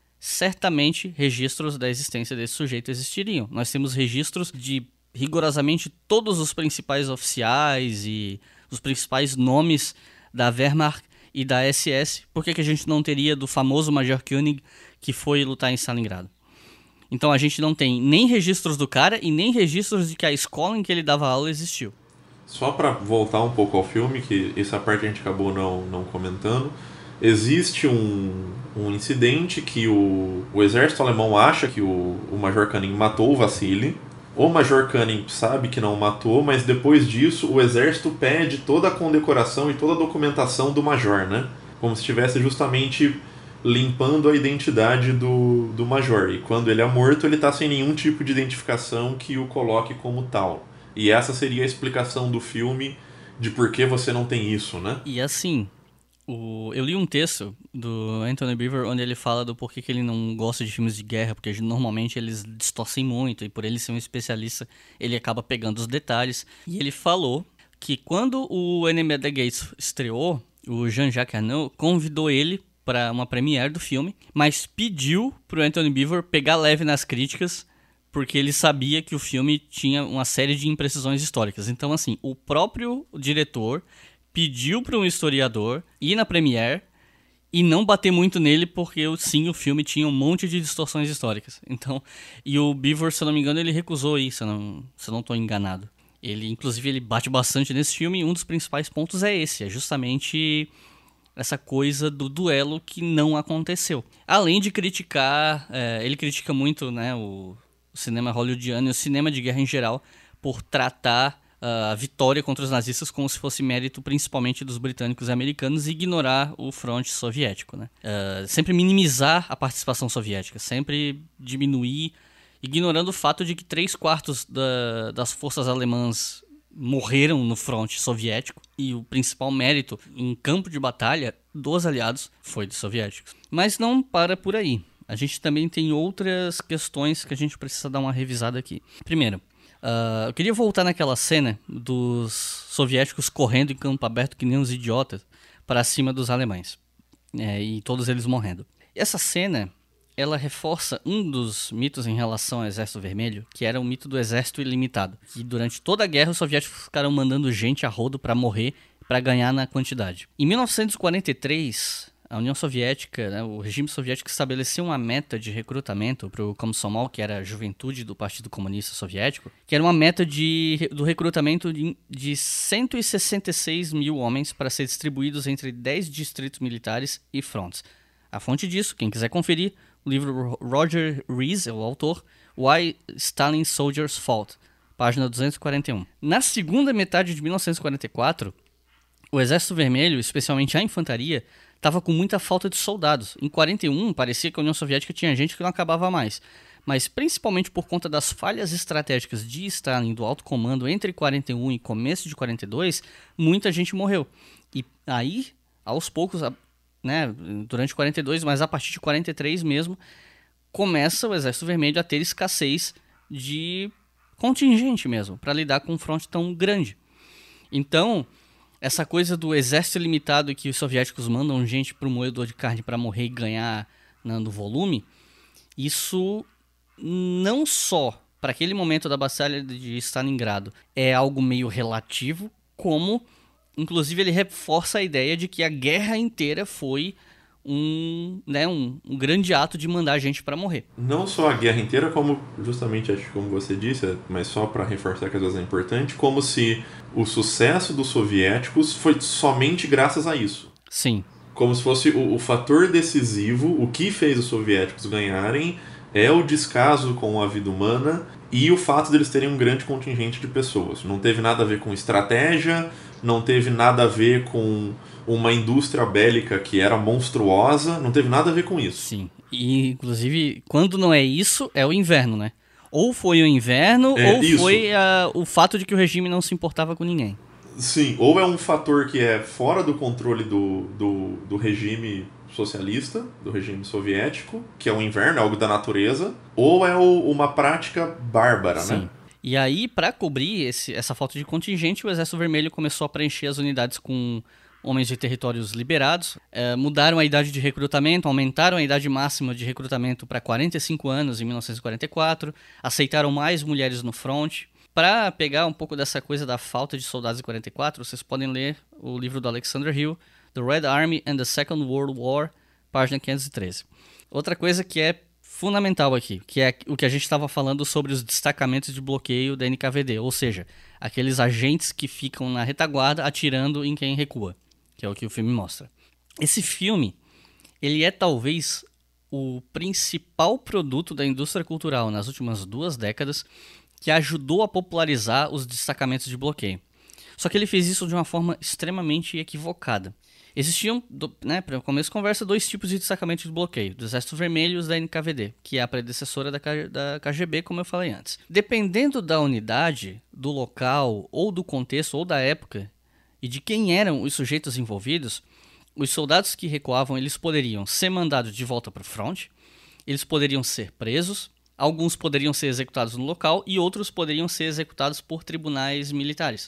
certamente registros da existência desse sujeito existiriam. Nós temos registros de rigorosamente todos os principais oficiais e os principais nomes da Wehrmacht e da S S. Por que que a gente não teria do famoso Major Koenig que foi lutar em Stalingrado? Então a gente não tem nem registros do cara e nem registros de que a escola em que ele dava aula existiu. Só para voltar um pouco ao filme, que essa parte a gente acabou não, não comentando, existe um, um incidente que o, o exército alemão acha que o, o Major Koenig matou o Vassili. O Major Koenig sabe que não matou, mas depois disso o exército pede toda a condecoração e toda a documentação do Major, né? Como se estivesse justamente limpando a identidade do, do Major. E quando ele é morto, ele está sem nenhum tipo de identificação que o coloque como tal. E essa seria a explicação do filme de por que você não tem isso, né? E assim, o... eu li um texto do Anthony Beaver onde ele fala do porquê que ele não gosta de filmes de guerra, porque normalmente eles distorcem muito, e por ele ser um especialista, ele acaba pegando os detalhes. E ele falou que quando o Enemy at the Gates estreou, o Jean-Jacques Arnaud convidou ele para uma premiere do filme, mas pediu pro Anthony Beaver pegar leve nas críticas, porque ele sabia que o filme tinha uma série de imprecisões históricas. Então, assim, o próprio diretor pediu para um historiador ir na premiere e não bater muito nele, porque sim, o filme tinha um monte de distorções históricas. Então, e o Beaver, se eu não me engano, ele recusou isso, se eu não, se eu não estou enganado. Ele, inclusive, ele bate bastante nesse filme, e um dos principais pontos é esse, é justamente essa coisa do duelo que não aconteceu. Além de criticar, é, ele critica muito, né, o, o cinema hollywoodiano e o cinema de guerra em geral por tratar uh, a vitória contra os nazistas como se fosse mérito principalmente dos britânicos e americanos e ignorar o fronte soviético, né? Uh, sempre minimizar a participação soviética, sempre diminuir, ignorando o fato de que três quartos da, das forças alemãs morreram no fronte soviético e o principal mérito em campo de batalha dos aliados foi dos soviéticos. Mas não para por aí. A gente também tem outras questões que a gente precisa dar uma revisada aqui. Primeiro, uh, eu queria voltar naquela cena dos soviéticos correndo em campo aberto que nem uns idiotas para cima dos alemães, é, e todos eles morrendo. Essa cena, ela reforça um dos mitos em relação ao Exército Vermelho, que era o mito do Exército Ilimitado. Que durante toda a guerra os soviéticos ficaram mandando gente a rodo para morrer, para ganhar na quantidade. Em mil novecentos e quarenta e três, a União Soviética, né, o regime soviético estabeleceu uma meta de recrutamento para o Komsomol, que era a juventude do Partido Comunista Soviético, que era uma meta de, do recrutamento de, de cento e sessenta e seis mil homens para ser distribuídos entre dez distritos militares e frontes. A fonte disso, quem quiser conferir, o livro Roger Rees, é o autor, Why Stalin Soldiers Fought, página duzentos e quarenta e um. Na segunda metade de mil novecentos e quarenta e quatro, o Exército Vermelho, especialmente a infantaria, estava com muita falta de soldados. Em quarenta e um, parecia que a União Soviética tinha gente que não acabava mais. Mas principalmente por conta das falhas estratégicas de Stalin do alto comando entre quarenta e um e começo de quarenta e dois, muita gente morreu. E aí, aos poucos, né, durante quarenta e dois, mas a partir de quarenta e três mesmo, começa o Exército Vermelho a ter escassez de contingente mesmo, para lidar com um fronte tão grande. Então, essa coisa do exército limitado e que os soviéticos mandam gente para o moedor de carne para morrer e ganhar no volume, isso não só para aquele momento da Batalha de Stalingrado é algo meio relativo, como inclusive ele reforça a ideia de que a guerra inteira foi um, né, um, um grande ato de mandar a gente para morrer. Não só a guerra inteira, como justamente, acho que como você disse, mas só para reforçar que às vezes é importante, como se o sucesso dos soviéticos foi somente graças a isso. Sim. Como se fosse o, o fator decisivo, o que fez os soviéticos ganharem é o descaso com a vida humana e o fato deles terem um grande contingente de pessoas. Não teve nada a ver com estratégia, não teve nada a ver com uma indústria bélica que era monstruosa, não teve nada a ver com isso. Sim, e inclusive, quando não é isso, é o inverno, né? Ou foi o inverno, É, ou isso. foi uh, o fato de que o regime não se importava com ninguém. Sim, ou é um fator que é fora do controle do, do, do regime socialista, do regime soviético, que é o inverno, é algo da natureza, ou é o, uma prática bárbara, Sim. né? E aí, para cobrir esse, essa falta de contingente, o Exército Vermelho começou a preencher as unidades com homens de territórios liberados, eh, mudaram a idade de recrutamento, aumentaram a idade máxima de recrutamento para quarenta e cinco anos em mil novecentos e quarenta e quatro, aceitaram mais mulheres no front. Para pegar um pouco dessa coisa da falta de soldados em quarenta e quatro, vocês podem ler o livro do Alexander Hill, The Red Army and the Second World War, página quinhentos e treze. Outra coisa que é fundamental aqui, que é o que a gente estava falando sobre os destacamentos de bloqueio da N K V D, ou seja, aqueles agentes que ficam na retaguarda atirando em quem recua, que é o que o filme mostra. Esse filme, ele é talvez o principal produto da indústria cultural nas últimas duas décadas que ajudou a popularizar os destacamentos de bloqueio. Só que ele fez isso de uma forma extremamente equivocada. Existiam, né, para começo de conversa, dois tipos de destacamento de bloqueio, do Exército Vermelho e os da N K V D, que é a predecessora da, K, da K G B, como eu falei antes. Dependendo da unidade, do local, ou do contexto, ou da época, e de quem eram os sujeitos envolvidos, os soldados que recuavam, eles poderiam ser mandados de volta para o front, eles poderiam ser presos, alguns poderiam ser executados no local e outros poderiam ser executados por tribunais militares.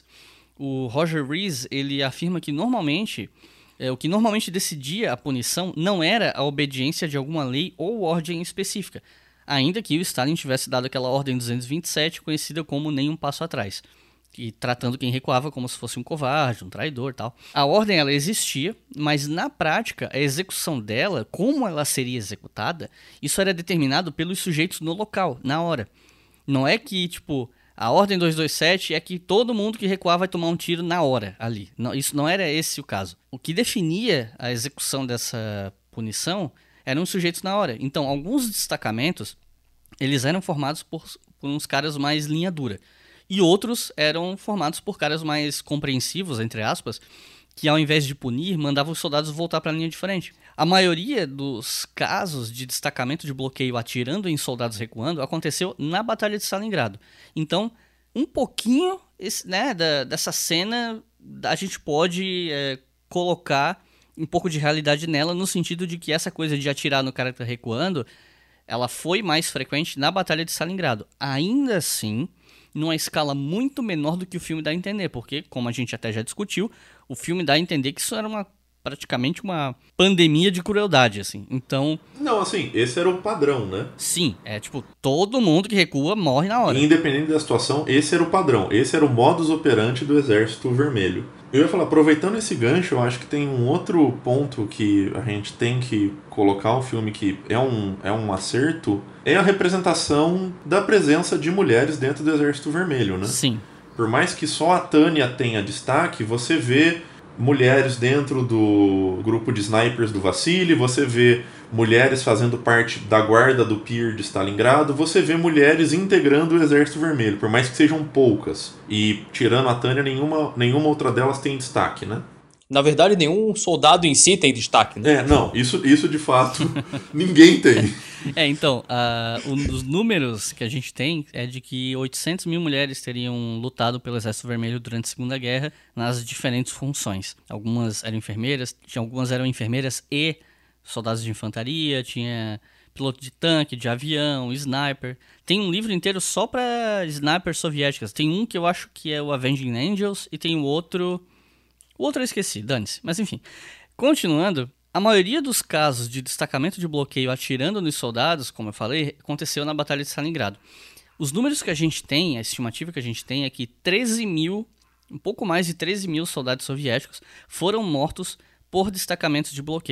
O Roger Rees, ele afirma que normalmente, é, o que normalmente decidia a punição não era a obediência de alguma lei ou ordem específica, ainda que o Stalin tivesse dado aquela ordem duzentos e vinte e sete, conhecida como nem um passo atrás, e tratando quem recuava como se fosse um covarde, um traidor e tal. A ordem, ela existia, mas na prática, a execução dela, como ela seria executada, isso era determinado pelos sujeitos no local, na hora. Não é que, tipo, a ordem duzentos e vinte e sete é que todo mundo que recuar vai tomar um tiro na hora, ali. Não, isso não era esse o caso. O que definia a execução dessa punição eram os sujeitos na hora. Então, alguns destacamentos, eles eram formados por, por uns caras mais linha dura. E outros eram formados por caras mais compreensivos, entre aspas, que ao invés de punir, mandavam os soldados voltar para a linha de frente. A maioria dos casos de destacamento de bloqueio atirando em soldados recuando aconteceu na Batalha de Stalingrado. Então, um pouquinho esse, né, da, dessa cena a gente pode é, colocar um pouco de realidade nela, no sentido de que essa coisa de atirar no cara que está recuando, ela foi mais frequente na Batalha de Stalingrado. Ainda assim, numa escala muito menor do que o filme dá a entender, porque, como a gente até já discutiu, o filme dá a entender que isso era uma, praticamente uma pandemia de crueldade, assim. Então... Não, assim, esse era o padrão, né? Sim, é tipo, todo mundo que recua morre na hora. Independente da situação, esse era o padrão. Esse era o modus operandi do Exército Vermelho. Eu ia falar, aproveitando esse gancho, eu acho que tem um outro ponto que a gente tem que colocar o filme que é um, é um acerto, é a representação da presença de mulheres dentro do Exército Vermelho, né? Sim. Por mais que só a Tânia tenha destaque, você vê mulheres dentro do grupo de snipers do Vassili, você vê mulheres fazendo parte da guarda do Pier de Stalingrado, você vê mulheres integrando o Exército Vermelho, por mais que sejam poucas. E tirando a Tânia, nenhuma, nenhuma outra delas tem destaque, né? Na verdade, nenhum soldado em si tem destaque, né? É, não, isso, isso de fato ninguém tem. É, então, uh, um dos números que a gente tem é de que oitocentas mil mulheres teriam lutado pelo Exército Vermelho durante a Segunda Guerra nas diferentes funções. Algumas eram enfermeiras, tinha, algumas eram enfermeiras e soldados de infantaria, tinha piloto de tanque, de avião, sniper. Tem um livro inteiro só para snipers soviéticas. Tem um que eu acho que é o Avenging Angels e tem o outro... O outro eu esqueci, dane-se. Mas enfim, continuando, a maioria dos casos de destacamento de bloqueio atirando nos soldados, como eu falei, aconteceu na Batalha de Stalingrado. Os números que a gente tem, a estimativa que a gente tem é que treze mil, um pouco mais de treze mil soldados soviéticos foram mortos por destacamentos de bloqueio.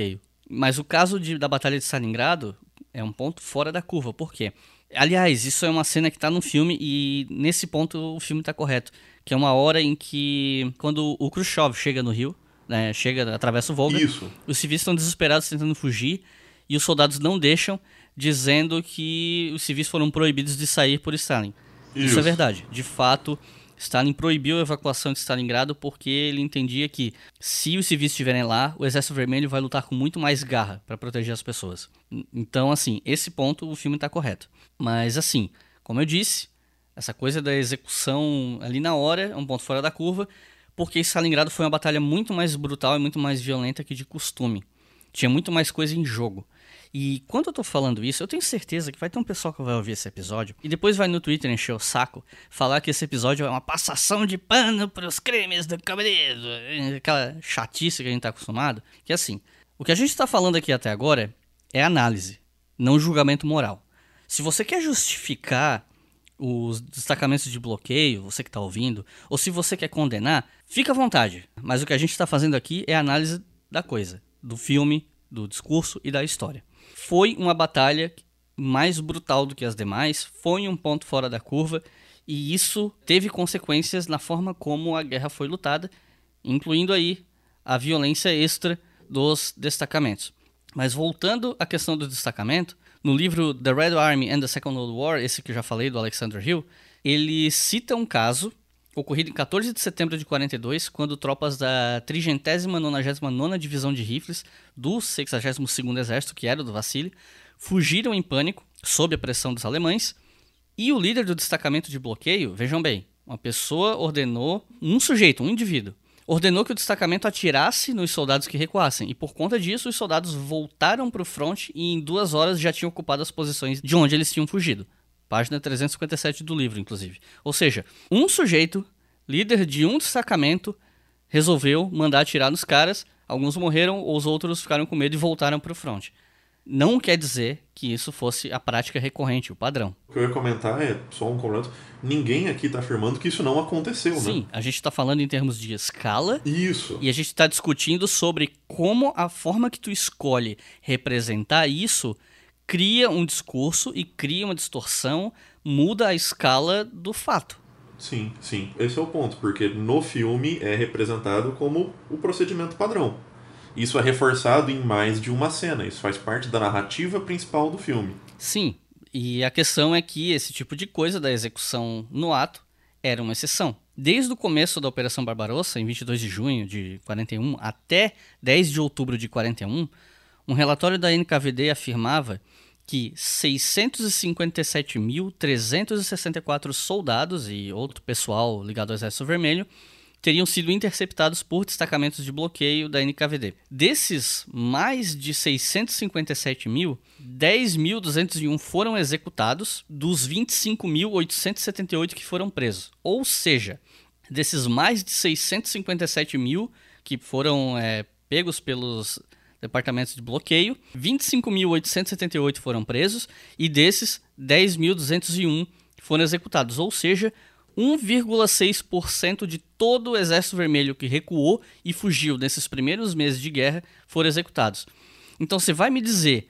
Mas o caso de, da Batalha de Stalingrado é um ponto fora da curva. Por quê? Aliás, isso é uma cena que está no filme e nesse ponto o filme está correto. Que é uma hora em que, quando o Khrushchev chega no Rio, né, chega, atravessa o Volga, Isso. os civis estão desesperados tentando fugir e os soldados não deixam, dizendo que os civis foram proibidos de sair por Stalin. Isso, Isso é verdade. De fato, Stalin proibiu a evacuação de Stalingrado porque ele entendia que, se os civis estiverem lá, o Exército Vermelho vai lutar com muito mais garra para proteger as pessoas. Então, assim, esse ponto o filme está correto. Mas, assim, como eu disse, essa coisa da execução ali na hora é um ponto fora da curva, porque Stalingrado foi uma batalha muito mais brutal e muito mais violenta que de costume. Tinha muito mais coisa em jogo. E quando eu tô falando isso, eu tenho certeza que vai ter um pessoal que vai ouvir esse episódio e depois vai no Twitter encher o saco, falar que esse episódio é uma passação de pano pros crimes do cavaleiro, aquela chatice que a gente tá acostumado. Que assim, o que a gente tá falando aqui até agora é análise, não julgamento moral. Se você quer justificar os destacamentos de bloqueio, você que tá ouvindo, ou se você quer condenar, fica à vontade. Mas o que a gente tá fazendo aqui é análise da coisa, do filme, do discurso e da história. Foi uma batalha mais brutal do que as demais, foi um ponto fora da curva, e isso teve consequências na forma como a guerra foi lutada, incluindo aí a violência extra dos destacamentos. Mas voltando à questão do destacamento, no livro The Red Army and the Second World War, esse que eu já falei do Alexander Hill, ele cita um caso ocorrido em quatorze de setembro de quarenta e dois, quando tropas da trigésima nonagésima nona Divisão de Rifles do sexagésimo segundo Exército, que era o do Vassili, fugiram em pânico, sob a pressão dos alemães, e o líder do destacamento de bloqueio, vejam bem, uma pessoa ordenou, um sujeito, um indivíduo, ordenou que o destacamento atirasse nos soldados que recuassem, e por conta disso os soldados voltaram para o fronte e em duas horas já tinham ocupado as posições de onde eles tinham fugido. Página trezentos e cinquenta e sete do livro, inclusive. Ou seja, um sujeito, líder de um destacamento, resolveu mandar atirar nos caras, alguns morreram, os outros ficaram com medo e voltaram para o fronte. Não quer dizer que isso fosse a prática recorrente, o padrão. O que eu ia comentar é, só um complemento, ninguém aqui está afirmando que isso não aconteceu, Sim, né? Sim, a gente está falando em termos de escala. Isso. E a gente está discutindo sobre como a forma que tu escolhe representar isso cria um discurso e cria uma distorção, muda a escala do fato. Sim, sim. Esse é o ponto, porque no filme é representado como o procedimento padrão. Isso é reforçado em mais de uma cena, isso faz parte da narrativa principal do filme. Sim, e a questão é que esse tipo de coisa da execução no ato era uma exceção. Desde o começo da Operação Barbarossa, em vinte e dois de junho de quarenta e um, até dez de outubro de quarenta e um, um relatório da N K V D afirmava que seiscentos e cinquenta e sete mil trezentos e sessenta e quatro soldados e outro pessoal ligado ao Exército Vermelho teriam sido interceptados por destacamentos de bloqueio da N K V D. Desses mais de seiscentos e cinquenta e sete mil, dez mil duzentos e um foram executados, dos vinte e cinco mil oitocentos e setenta e oito que foram presos. Ou seja, desses mais de seiscentos e cinquenta e sete mil que foram é, pegos pelos departamentos de bloqueio, vinte e cinco mil oitocentos e setenta e oito foram presos e desses dez mil duzentos e um foram executados, ou seja, um vírgula seis por cento de todo o Exército Vermelho que recuou e fugiu nesses primeiros meses de guerra foram executados. Então você vai me dizer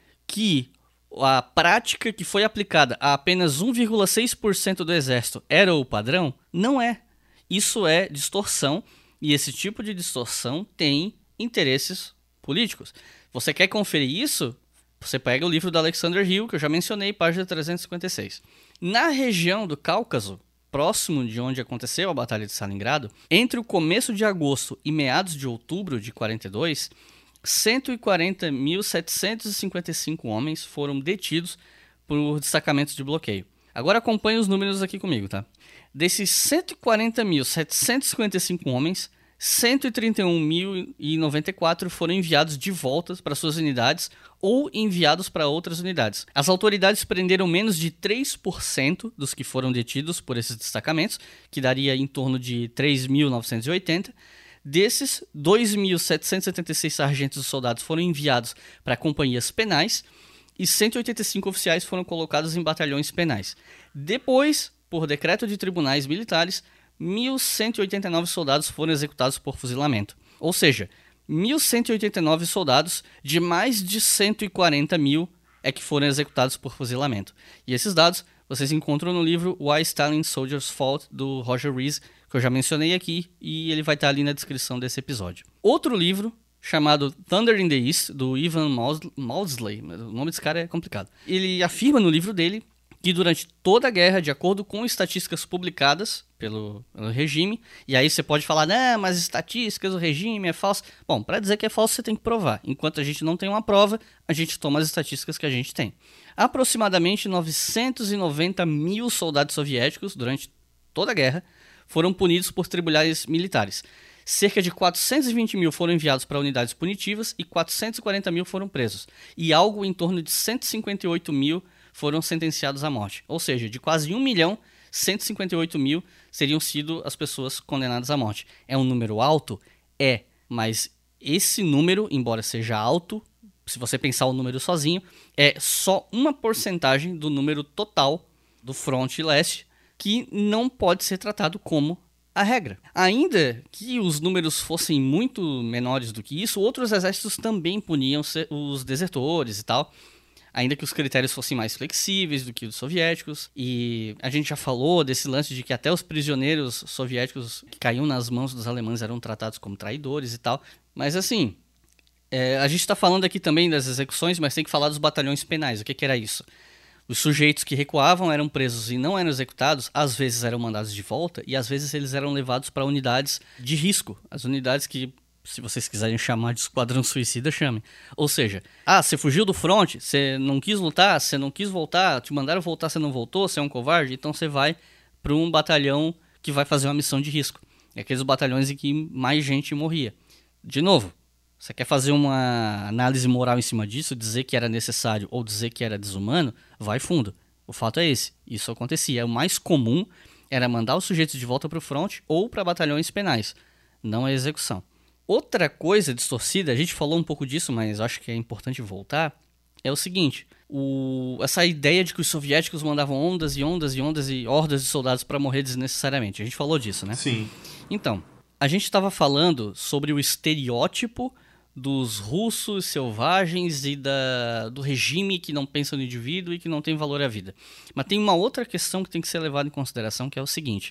que a prática que foi aplicada a apenas um vírgula seis por cento do Exército era o padrão? Não é. Isso é distorção e esse tipo de distorção tem interesses políticos. Você quer conferir isso? Você pega o livro do Alexander Hill, que eu já mencionei, página trezentos e cinquenta e seis. Na região do Cáucaso, próximo de onde aconteceu a Batalha de Stalingrado, entre o começo de agosto e meados de outubro de quarenta e dois, cento e quarenta mil setecentos e cinquenta e cinco homens foram detidos por destacamentos de bloqueio. Agora acompanhe os números aqui comigo, tá? Desses cento e quarenta mil setecentos e cinquenta e cinco homens, cento e trinta e um mil e noventa e quatro foram enviados de volta para suas unidades ou enviados para outras unidades. As autoridades prenderam menos de três por cento dos que foram detidos por esses destacamentos, que daria em torno de três mil novecentos e oitenta. Desses, dois mil setecentos e setenta e seis sargentos e soldados foram enviados para companhias penais e cento e oitenta e cinco oficiais foram colocados em batalhões penais. Depois, por decreto de tribunais militares, mil cento e oitenta e nove soldados foram executados por fuzilamento. Ou seja, mil cento e oitenta e nove soldados de mais de cento e quarenta mil é que foram executados por fuzilamento. E esses dados vocês encontram no livro Why Stalin Soldiers Fought, do Roger Rees, que eu já mencionei aqui, e ele vai estar ali na descrição desse episódio. Outro livro, chamado Thunder in the East, do Ivan Maudsley, o nome desse cara é complicado. Ele afirma no livro dele que durante toda a guerra, de acordo com estatísticas publicadas pelo, pelo regime, e aí você pode falar, não, mas estatísticas, o regime é falso. Bom, para dizer que é falso, você tem que provar. Enquanto a gente não tem uma prova, a gente toma as estatísticas que a gente tem. Aproximadamente novecentos e noventa mil soldados soviéticos, durante toda a guerra, foram punidos por tribunais militares. Cerca de quatrocentos e vinte mil foram enviados para unidades punitivas e quatrocentos e quarenta mil foram presos. E algo em torno de cento e cinquenta e oito mil foram sentenciados à morte. Ou seja, de quase um milhão, cento e cinquenta e oito mil seriam sido as pessoas condenadas à morte. É um número alto? É, mas esse número, embora seja alto, se você pensar o número sozinho, é só uma porcentagem do número total do fronte leste que não pode ser tratado como a regra. Ainda que os números fossem muito menores do que isso, outros exércitos também puniam os desertores e tal, ainda que os critérios fossem mais flexíveis do que os soviéticos. E a gente já falou desse lance de que até os prisioneiros soviéticos que caíam nas mãos dos alemães eram tratados como traidores e tal. Mas assim, é, a gente está falando aqui também das execuções, mas tem que falar dos batalhões penais. O que, que era isso? Os sujeitos que recuavam eram presos e não eram executados, às vezes eram mandados de volta e às vezes eles eram levados para unidades de risco. As unidades que, se vocês quiserem chamar de esquadrão suicida, chamem. Ou seja, ah, você fugiu do fronte, você não quis lutar, você não quis voltar, te mandaram voltar, você não voltou, você é um covarde, então você vai para um batalhão que vai fazer uma missão de risco. É aqueles batalhões em que mais gente morria. De novo, você quer fazer uma análise moral em cima disso, dizer que era necessário ou dizer que era desumano, vai fundo. O fato é esse, isso acontecia. O mais comum era mandar os sujeitos de volta para o fronte ou para batalhões penais, não a execução. Outra coisa distorcida, a gente falou um pouco disso, mas acho que é importante voltar, é o seguinte, o, essa ideia de que os soviéticos mandavam ondas e ondas e ondas e hordas de soldados para morrer desnecessariamente. A gente falou disso, né? Sim. Então, a gente estava falando sobre o estereótipo dos russos selvagens e da, do regime que não pensa no indivíduo e que não tem valor à vida. Mas tem uma outra questão que tem que ser levada em consideração, que é o seguinte.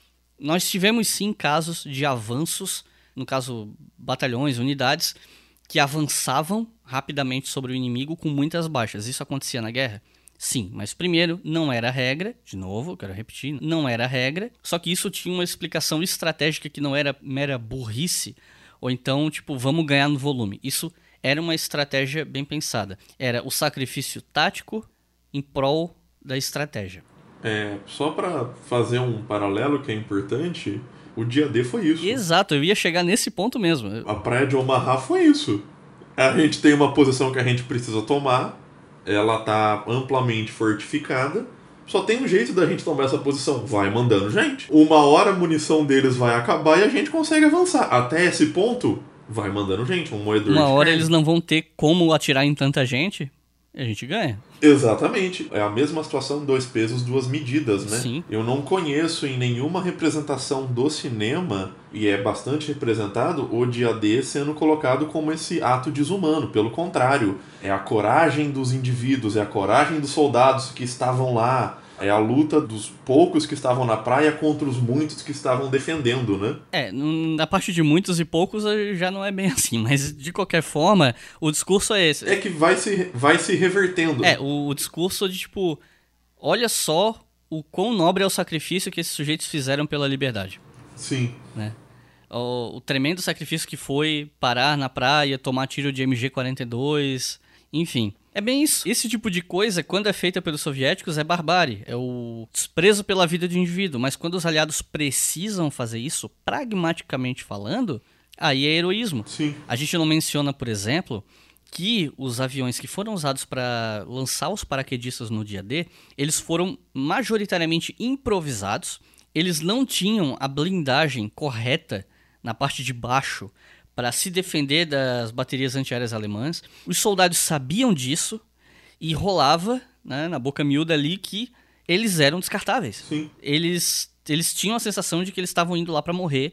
Nós tivemos sim casos de avanços, no caso batalhões, unidades, que avançavam rapidamente sobre o inimigo com muitas baixas. Isso acontecia na guerra? Sim, mas primeiro, não era a regra, de novo, quero repetir, não era a regra, só que isso tinha uma explicação estratégica que não era mera burrice, ou então, tipo, vamos ganhar no volume. Isso era uma estratégia bem pensada. Era o sacrifício tático em prol da estratégia. É, só para fazer um paralelo que é importante, o dia D foi isso. Exato, eu ia chegar nesse ponto mesmo. A praia de Omaha foi isso. A gente tem uma posição que a gente precisa tomar, ela tá amplamente fortificada, só tem um jeito da gente tomar essa posição, vai mandando gente. Uma hora a munição deles vai acabar e a gente consegue avançar. Até esse ponto, vai mandando gente, um moedor Uma de hora carne. Eles não vão ter como atirar em tanta gente, a gente ganha. Exatamente. É a mesma situação, dois pesos, duas medidas, né? Sim. Eu não conheço em nenhuma representação do cinema, e é bastante representado, o dia D sendo colocado como esse ato desumano. Pelo contrário, é a coragem dos indivíduos, é a coragem dos soldados que estavam lá, é a luta dos poucos que estavam na praia contra os muitos que estavam defendendo, né? É, na parte de muitos e poucos já não é bem assim, mas de qualquer forma, o discurso é esse. É que vai se, vai se revertendo. É, o, o discurso de tipo, olha só o quão nobre é o sacrifício que esses sujeitos fizeram pela liberdade. Sim. Né? O, o tremendo sacrifício que foi parar na praia, tomar tiro de M G quarenta e dois, enfim. É bem isso. Esse tipo de coisa, quando é feita pelos soviéticos, é barbárie. É o desprezo pela vida do indivíduo. Mas quando os aliados precisam fazer isso, pragmaticamente falando, aí é heroísmo. Sim. A gente não menciona, por exemplo, que os aviões que foram usados para lançar os paraquedistas no dia D, eles foram majoritariamente improvisados. Eles não tinham a blindagem correta na parte de baixo para se defender das baterias antiaéreas alemãs. Os soldados sabiam disso e rolava, né, na boca miúda ali que eles eram descartáveis. Sim. Eles, eles tinham a sensação de que eles estavam indo lá para morrer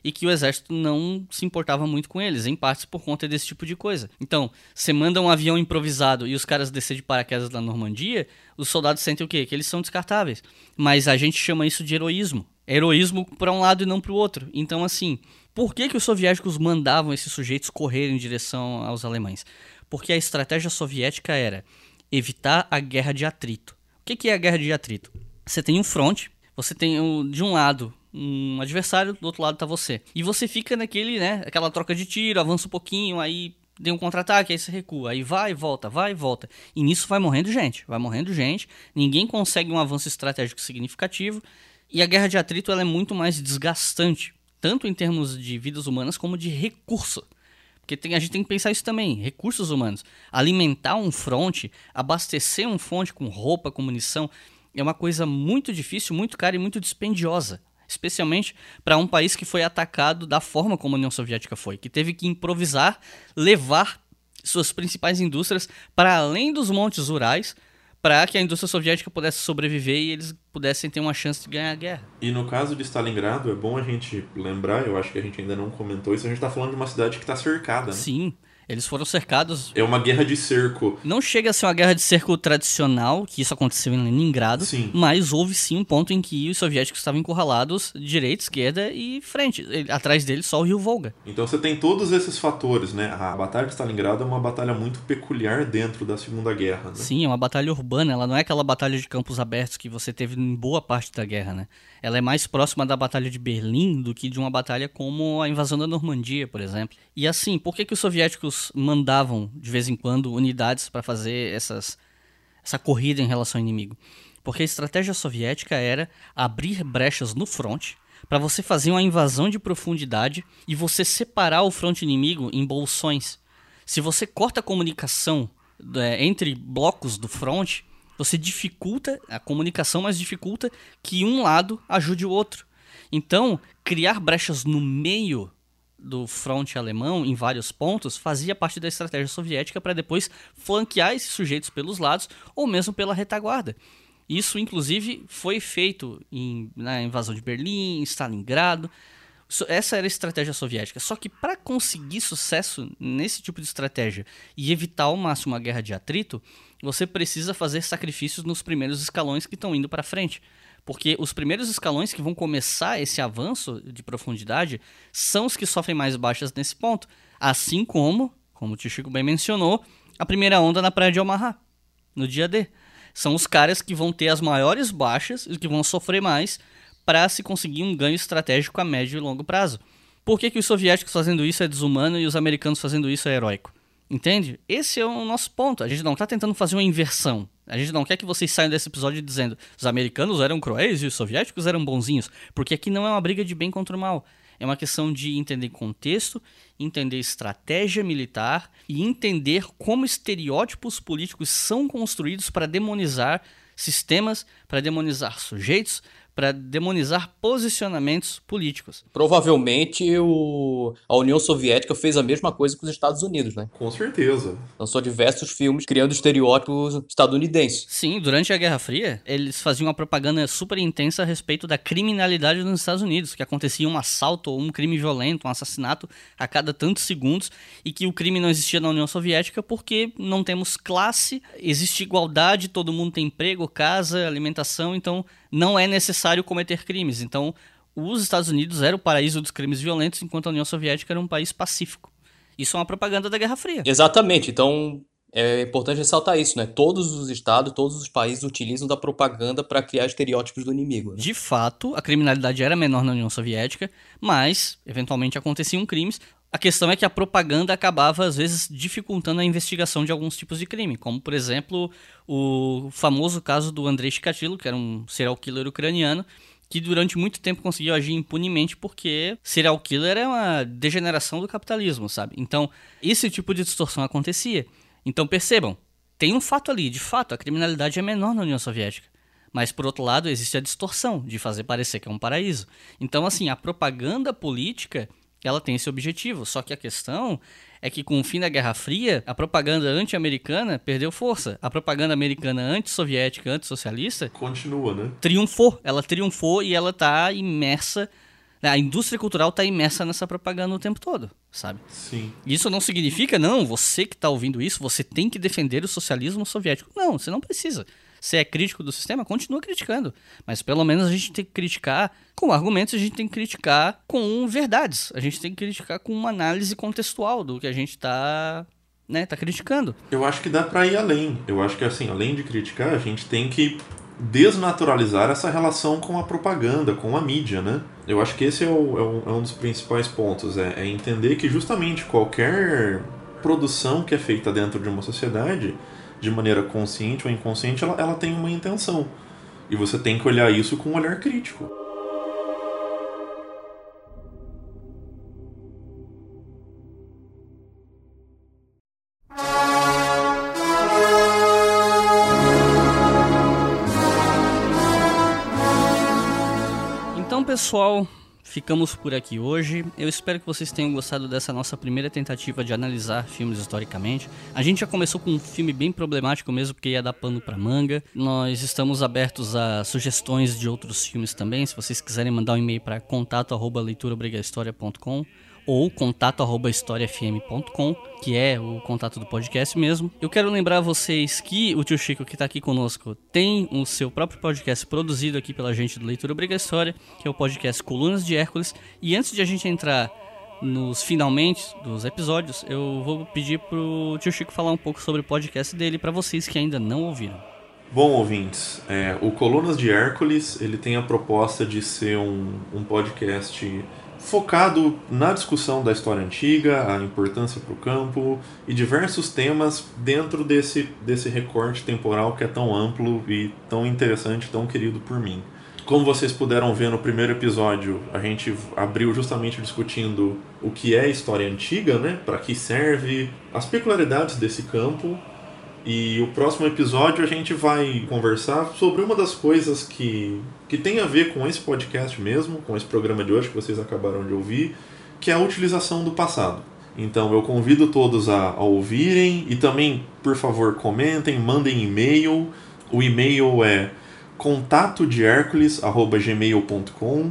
e que o exército não se importava muito com eles, em partes por conta desse tipo de coisa. Então, você manda um avião improvisado e os caras descer de paraquedas na Normandia, os soldados sentem o quê? Que eles são descartáveis. Mas a gente chama isso de heroísmo. É heroísmo para um lado e não para o outro. Então, assim, por que que os soviéticos mandavam esses sujeitos correrem em direção aos alemães? Porque a estratégia soviética era evitar a guerra de atrito. O que que é a guerra de atrito? Você tem um fronte, você tem de um lado um adversário, do outro lado tá você. E você fica naquele, né, aquela troca de tiro, avança um pouquinho, aí tem um contra-ataque, aí você recua, aí vai e volta, vai e volta. E nisso vai morrendo gente, vai morrendo gente, ninguém consegue um avanço estratégico significativo, e a guerra de atrito ela é muito mais desgastante, tanto em termos de vidas humanas como de recurso. Porque tem, a gente tem que pensar isso também, recursos humanos. Alimentar um fronte, abastecer um fronte com roupa, com munição, é uma coisa muito difícil, muito cara e muito dispendiosa. Especialmente para um país que foi atacado da forma como a União Soviética foi, que teve que improvisar, levar suas principais indústrias para além dos montes Urais, para que a indústria soviética pudesse sobreviver e eles pudessem ter uma chance de ganhar a guerra. E no caso de Stalingrado, é bom a gente lembrar, eu acho que a gente ainda não comentou isso, a gente está falando de uma cidade que está cercada, né? Sim. Eles foram cercados... É uma guerra de cerco. Não chega a ser uma guerra de cerco tradicional, que isso aconteceu em Leningrado, sim. Mas houve sim um ponto em que os soviéticos estavam encurralados direita, esquerda e frente. Atrás deles só o rio Volga. Então você tem todos esses fatores, né? A Batalha de Stalingrado é uma batalha muito peculiar dentro da Segunda Guerra, né? Sim, é uma batalha urbana, ela não é aquela batalha de campos abertos que você teve em boa parte da guerra, né? Ela é mais próxima da Batalha de Berlim do que de uma batalha como a invasão da Normandia, por exemplo. E assim, por que que os soviéticos mandavam, de vez em quando, unidades para fazer essas, essa corrida em relação ao inimigo? Porque a estratégia soviética era abrir brechas no fronte para você fazer uma invasão de profundidade e você separar o fronte inimigo em bolsões. Se você corta a comunicação é, entre blocos do fronte, você dificulta a comunicação, mas dificulta que um lado ajude o outro. Então, criar brechas no meio do fronte alemão, em vários pontos, fazia parte da estratégia soviética para depois flanquear esses sujeitos pelos lados ou mesmo pela retaguarda. Isso, inclusive, foi feito em, na invasão de Berlim, em Stalingrado. Essa era a estratégia soviética. Só que para conseguir sucesso nesse tipo de estratégia e evitar ao máximo a guerra de atrito, você precisa fazer sacrifícios nos primeiros escalões que estão indo para frente. Porque os primeiros escalões que vão começar esse avanço de profundidade são os que sofrem mais baixas nesse ponto. Assim como, como o tio Chico bem mencionou, a primeira onda na praia de Omaha, no dia D. São os caras que vão ter as maiores baixas e que vão sofrer mais para se conseguir um ganho estratégico a médio e longo prazo. Por que que os soviéticos fazendo isso é desumano e os americanos fazendo isso é heróico? Entende? Esse é o nosso ponto. A gente não está tentando fazer uma inversão. A gente não quer que vocês saiam desse episódio dizendo os americanos eram cruéis e os soviéticos eram bonzinhos. Porque aqui não é uma briga de bem contra o mal. É uma questão de entender contexto, entender estratégia militar e entender como estereótipos políticos são construídos para demonizar sistemas, para demonizar sujeitos, para demonizar posicionamentos políticos. Provavelmente o... a União Soviética fez a mesma coisa com os Estados Unidos, né? Com certeza. Lançou diversos filmes criando estereótipos estadunidenses. Sim, durante a Guerra Fria, eles faziam uma propaganda super intensa a respeito da criminalidade nos Estados Unidos, que acontecia um assalto ou um crime violento, um assassinato a cada tantos segundos, e que o crime não existia na União Soviética porque não temos classe, existe igualdade, todo mundo tem emprego, casa, alimentação, então não é necessário cometer crimes. Então, os Estados Unidos eram o paraíso dos crimes violentos, enquanto a União Soviética era um país pacífico. Isso é uma propaganda da Guerra Fria. Exatamente. Então, é importante ressaltar isso, né? Todos os estados, todos os países utilizam da propaganda para criar estereótipos do inimigo, né? De fato, a criminalidade era menor na União Soviética, mas, eventualmente, aconteciam crimes. A questão é que a propaganda acabava, às vezes, dificultando a investigação de alguns tipos de crime, como, por exemplo, o famoso caso do Andrei Chikatilo, que era um serial killer ucraniano, que durante muito tempo conseguiu agir impunemente porque serial killer é uma degeneração do capitalismo, sabe? Então, esse tipo de distorção acontecia. Então, percebam, tem um fato ali, de fato, a criminalidade é menor na União Soviética. Mas, por outro lado, existe a distorção de fazer parecer que é um paraíso. Então, assim, a propaganda política, ela tem esse objetivo. Só que a questão é que com o fim da Guerra Fria, a propaganda anti-americana perdeu força. A propaganda americana anti-soviética, anti-socialista... continua, né? Triunfou. Ela triunfou e ela está imersa A indústria cultural está imersa nessa propaganda o tempo todo, sabe? Sim. Isso não significa, não, você que está ouvindo isso, você tem que defender o socialismo soviético. Não, você não precisa. Você é crítico do sistema? Continua criticando. Mas pelo menos a gente tem que criticar com argumentos, a gente tem que criticar com verdades. A gente tem que criticar com uma análise contextual do que a gente está, né, tá criticando. Eu acho que dá pra ir além. Eu acho que, assim, além de criticar, a gente tem que desnaturalizar essa relação com a propaganda, com a mídia, né? Eu acho que esse é, o, é, um, é um dos principais pontos, é, é entender que justamente qualquer produção que é feita dentro de uma sociedade, de maneira consciente ou inconsciente, ela, ela tem uma intenção. E você tem que olhar isso com um olhar crítico. Então, pessoal, ficamos por aqui hoje. Eu espero que vocês tenham gostado dessa nossa primeira tentativa de analisar filmes historicamente. A gente já começou com um filme bem problemático mesmo, porque ia dar pano pra manga. Nós estamos abertos a sugestões de outros filmes também. Se vocês quiserem mandar um e-mail para contato arroba leitura obriga história ponto com ou contato arroba história f m ponto com, que é o contato do podcast mesmo. Eu quero lembrar vocês que o tio Chico, que está aqui conosco, tem o seu próprio podcast produzido aqui pela gente do Leitura Obriga História, que é o podcast Colunas de Hércules. E antes de a gente entrar nos finalmente dos episódios, eu vou pedir pro tio Chico falar um pouco sobre o podcast dele para vocês que ainda não ouviram. Bom, ouvintes, é, o Colunas de Hércules, ele tem a proposta de ser um, um podcast focado na discussão da história antiga, a importância para o campo e diversos temas dentro desse, desse recorte temporal que é tão amplo e tão interessante, tão querido por mim. Como vocês puderam ver no primeiro episódio, a gente abriu justamente discutindo o que é história antiga, né? Para que serve, as peculiaridades desse campo. E o próximo episódio a gente vai conversar sobre uma das coisas que, que tem a ver com esse podcast mesmo, com esse programa de hoje que vocês acabaram de ouvir, que é a utilização do passado. Então eu convido todos a, a ouvirem e também, por favor, comentem, mandem e-mail. O e-mail é contato de hércules arroba gmail ponto com.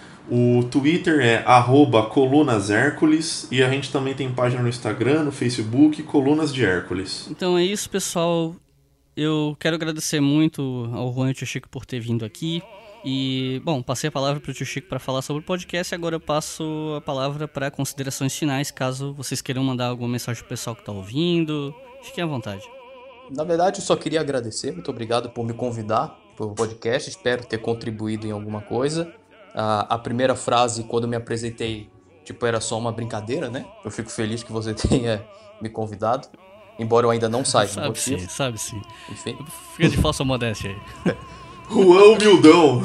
O Twitter é arroba Colunas Hércules e a gente também tem página no Instagram, no Facebook, Colunas de Hércules. Então é isso, pessoal. Eu quero agradecer muito ao Juan e ao tio Chico por ter vindo aqui. E, bom, passei a palavra para o tio Chico para falar sobre o podcast e agora eu passo a palavra para considerações finais, caso vocês queiram mandar alguma mensagem pro pessoal que está ouvindo. Fiquem à vontade. Na verdade, eu só queria agradecer. Muito obrigado por me convidar para o podcast. Espero ter contribuído em alguma coisa. A, a primeira frase, quando eu me apresentei, tipo, era só uma brincadeira, né? Eu fico feliz que você tenha me convidado, embora eu ainda não saiba o Sabe motivo. sim, sabe sim. Enfim. Fica de falsa modéstia aí. Juan Humildão!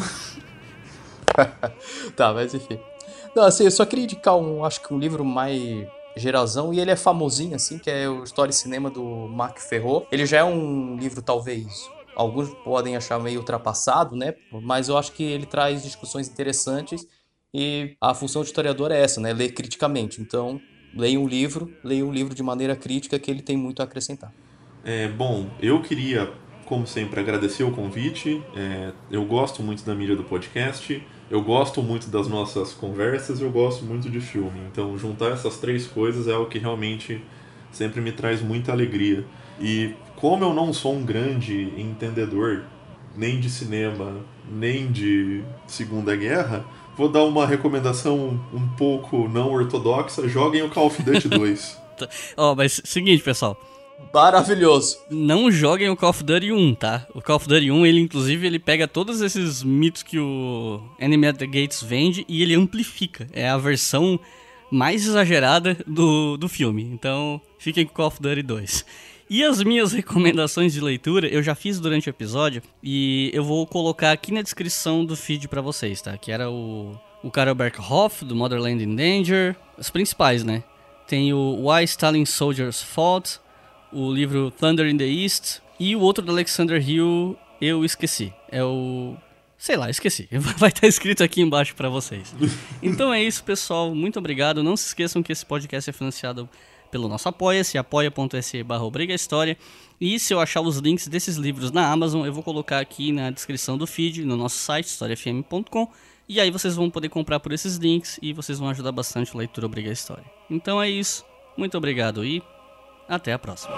Tá, mas enfim. Não, assim, eu só queria indicar um, acho que um livro mais geralzão, e ele é famosinho, assim, que é o História e Cinema do Marc Ferro. Ele já é um livro, talvez, alguns podem achar meio ultrapassado, né? Mas eu acho que ele traz discussões interessantes e a função do historiador é essa, né? Ler criticamente. Então, leia um livro, leia um livro de maneira crítica, que ele tem muito a acrescentar. É, bom, eu queria, como sempre, agradecer o convite. É, eu gosto muito da mídia do podcast, eu gosto muito das nossas conversas, eu gosto muito de filme. Então, juntar essas três coisas é o que realmente sempre me traz muita alegria. E como eu não sou um grande entendedor nem de cinema, nem de Segunda Guerra, vou dar uma recomendação um pouco não ortodoxa: joguem o Call of Duty dois. Ó, oh, mas seguinte, pessoal. Maravilhoso! Não joguem o Call of Duty um, tá? O Call of Duty um, ele inclusive, ele pega todos esses mitos que o Enemy at the Gates vende e ele amplifica. É a versão mais exagerada do, do filme. Então, fiquem com o Call of Duty dois. E as minhas recomendações de leitura eu já fiz durante o episódio e eu vou colocar aqui na descrição do feed pra vocês, tá? Que era o, o Karel Berkhoff, do Motherland in Danger, os principais, né? Tem o Why Stalin Soldiers Fought, o livro Thunder in the East e o outro do Alexander Hill eu esqueci. É o... sei lá, esqueci. Vai estar escrito aqui embaixo pra vocês. Então é isso, pessoal. Muito obrigado. Não se esqueçam que esse podcast é financiado pelo nosso Apoia-se, apoia.se barra Obriga História. E se eu achar os links desses livros na Amazon, eu vou colocar aqui na descrição do feed, no nosso site, história f m ponto com. E aí vocês vão poder comprar por esses links e vocês vão ajudar bastante a Leitura Obriga a História. Então é isso. Muito obrigado e até a próxima.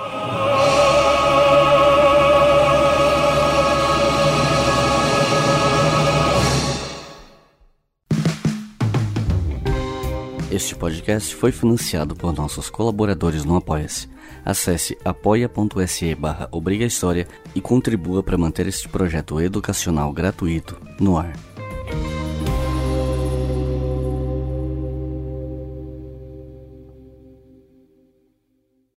Este podcast foi financiado por nossos colaboradores no Apoia-se. Acesse apoia.se barra Obriga História e contribua para manter este projeto educacional gratuito no ar.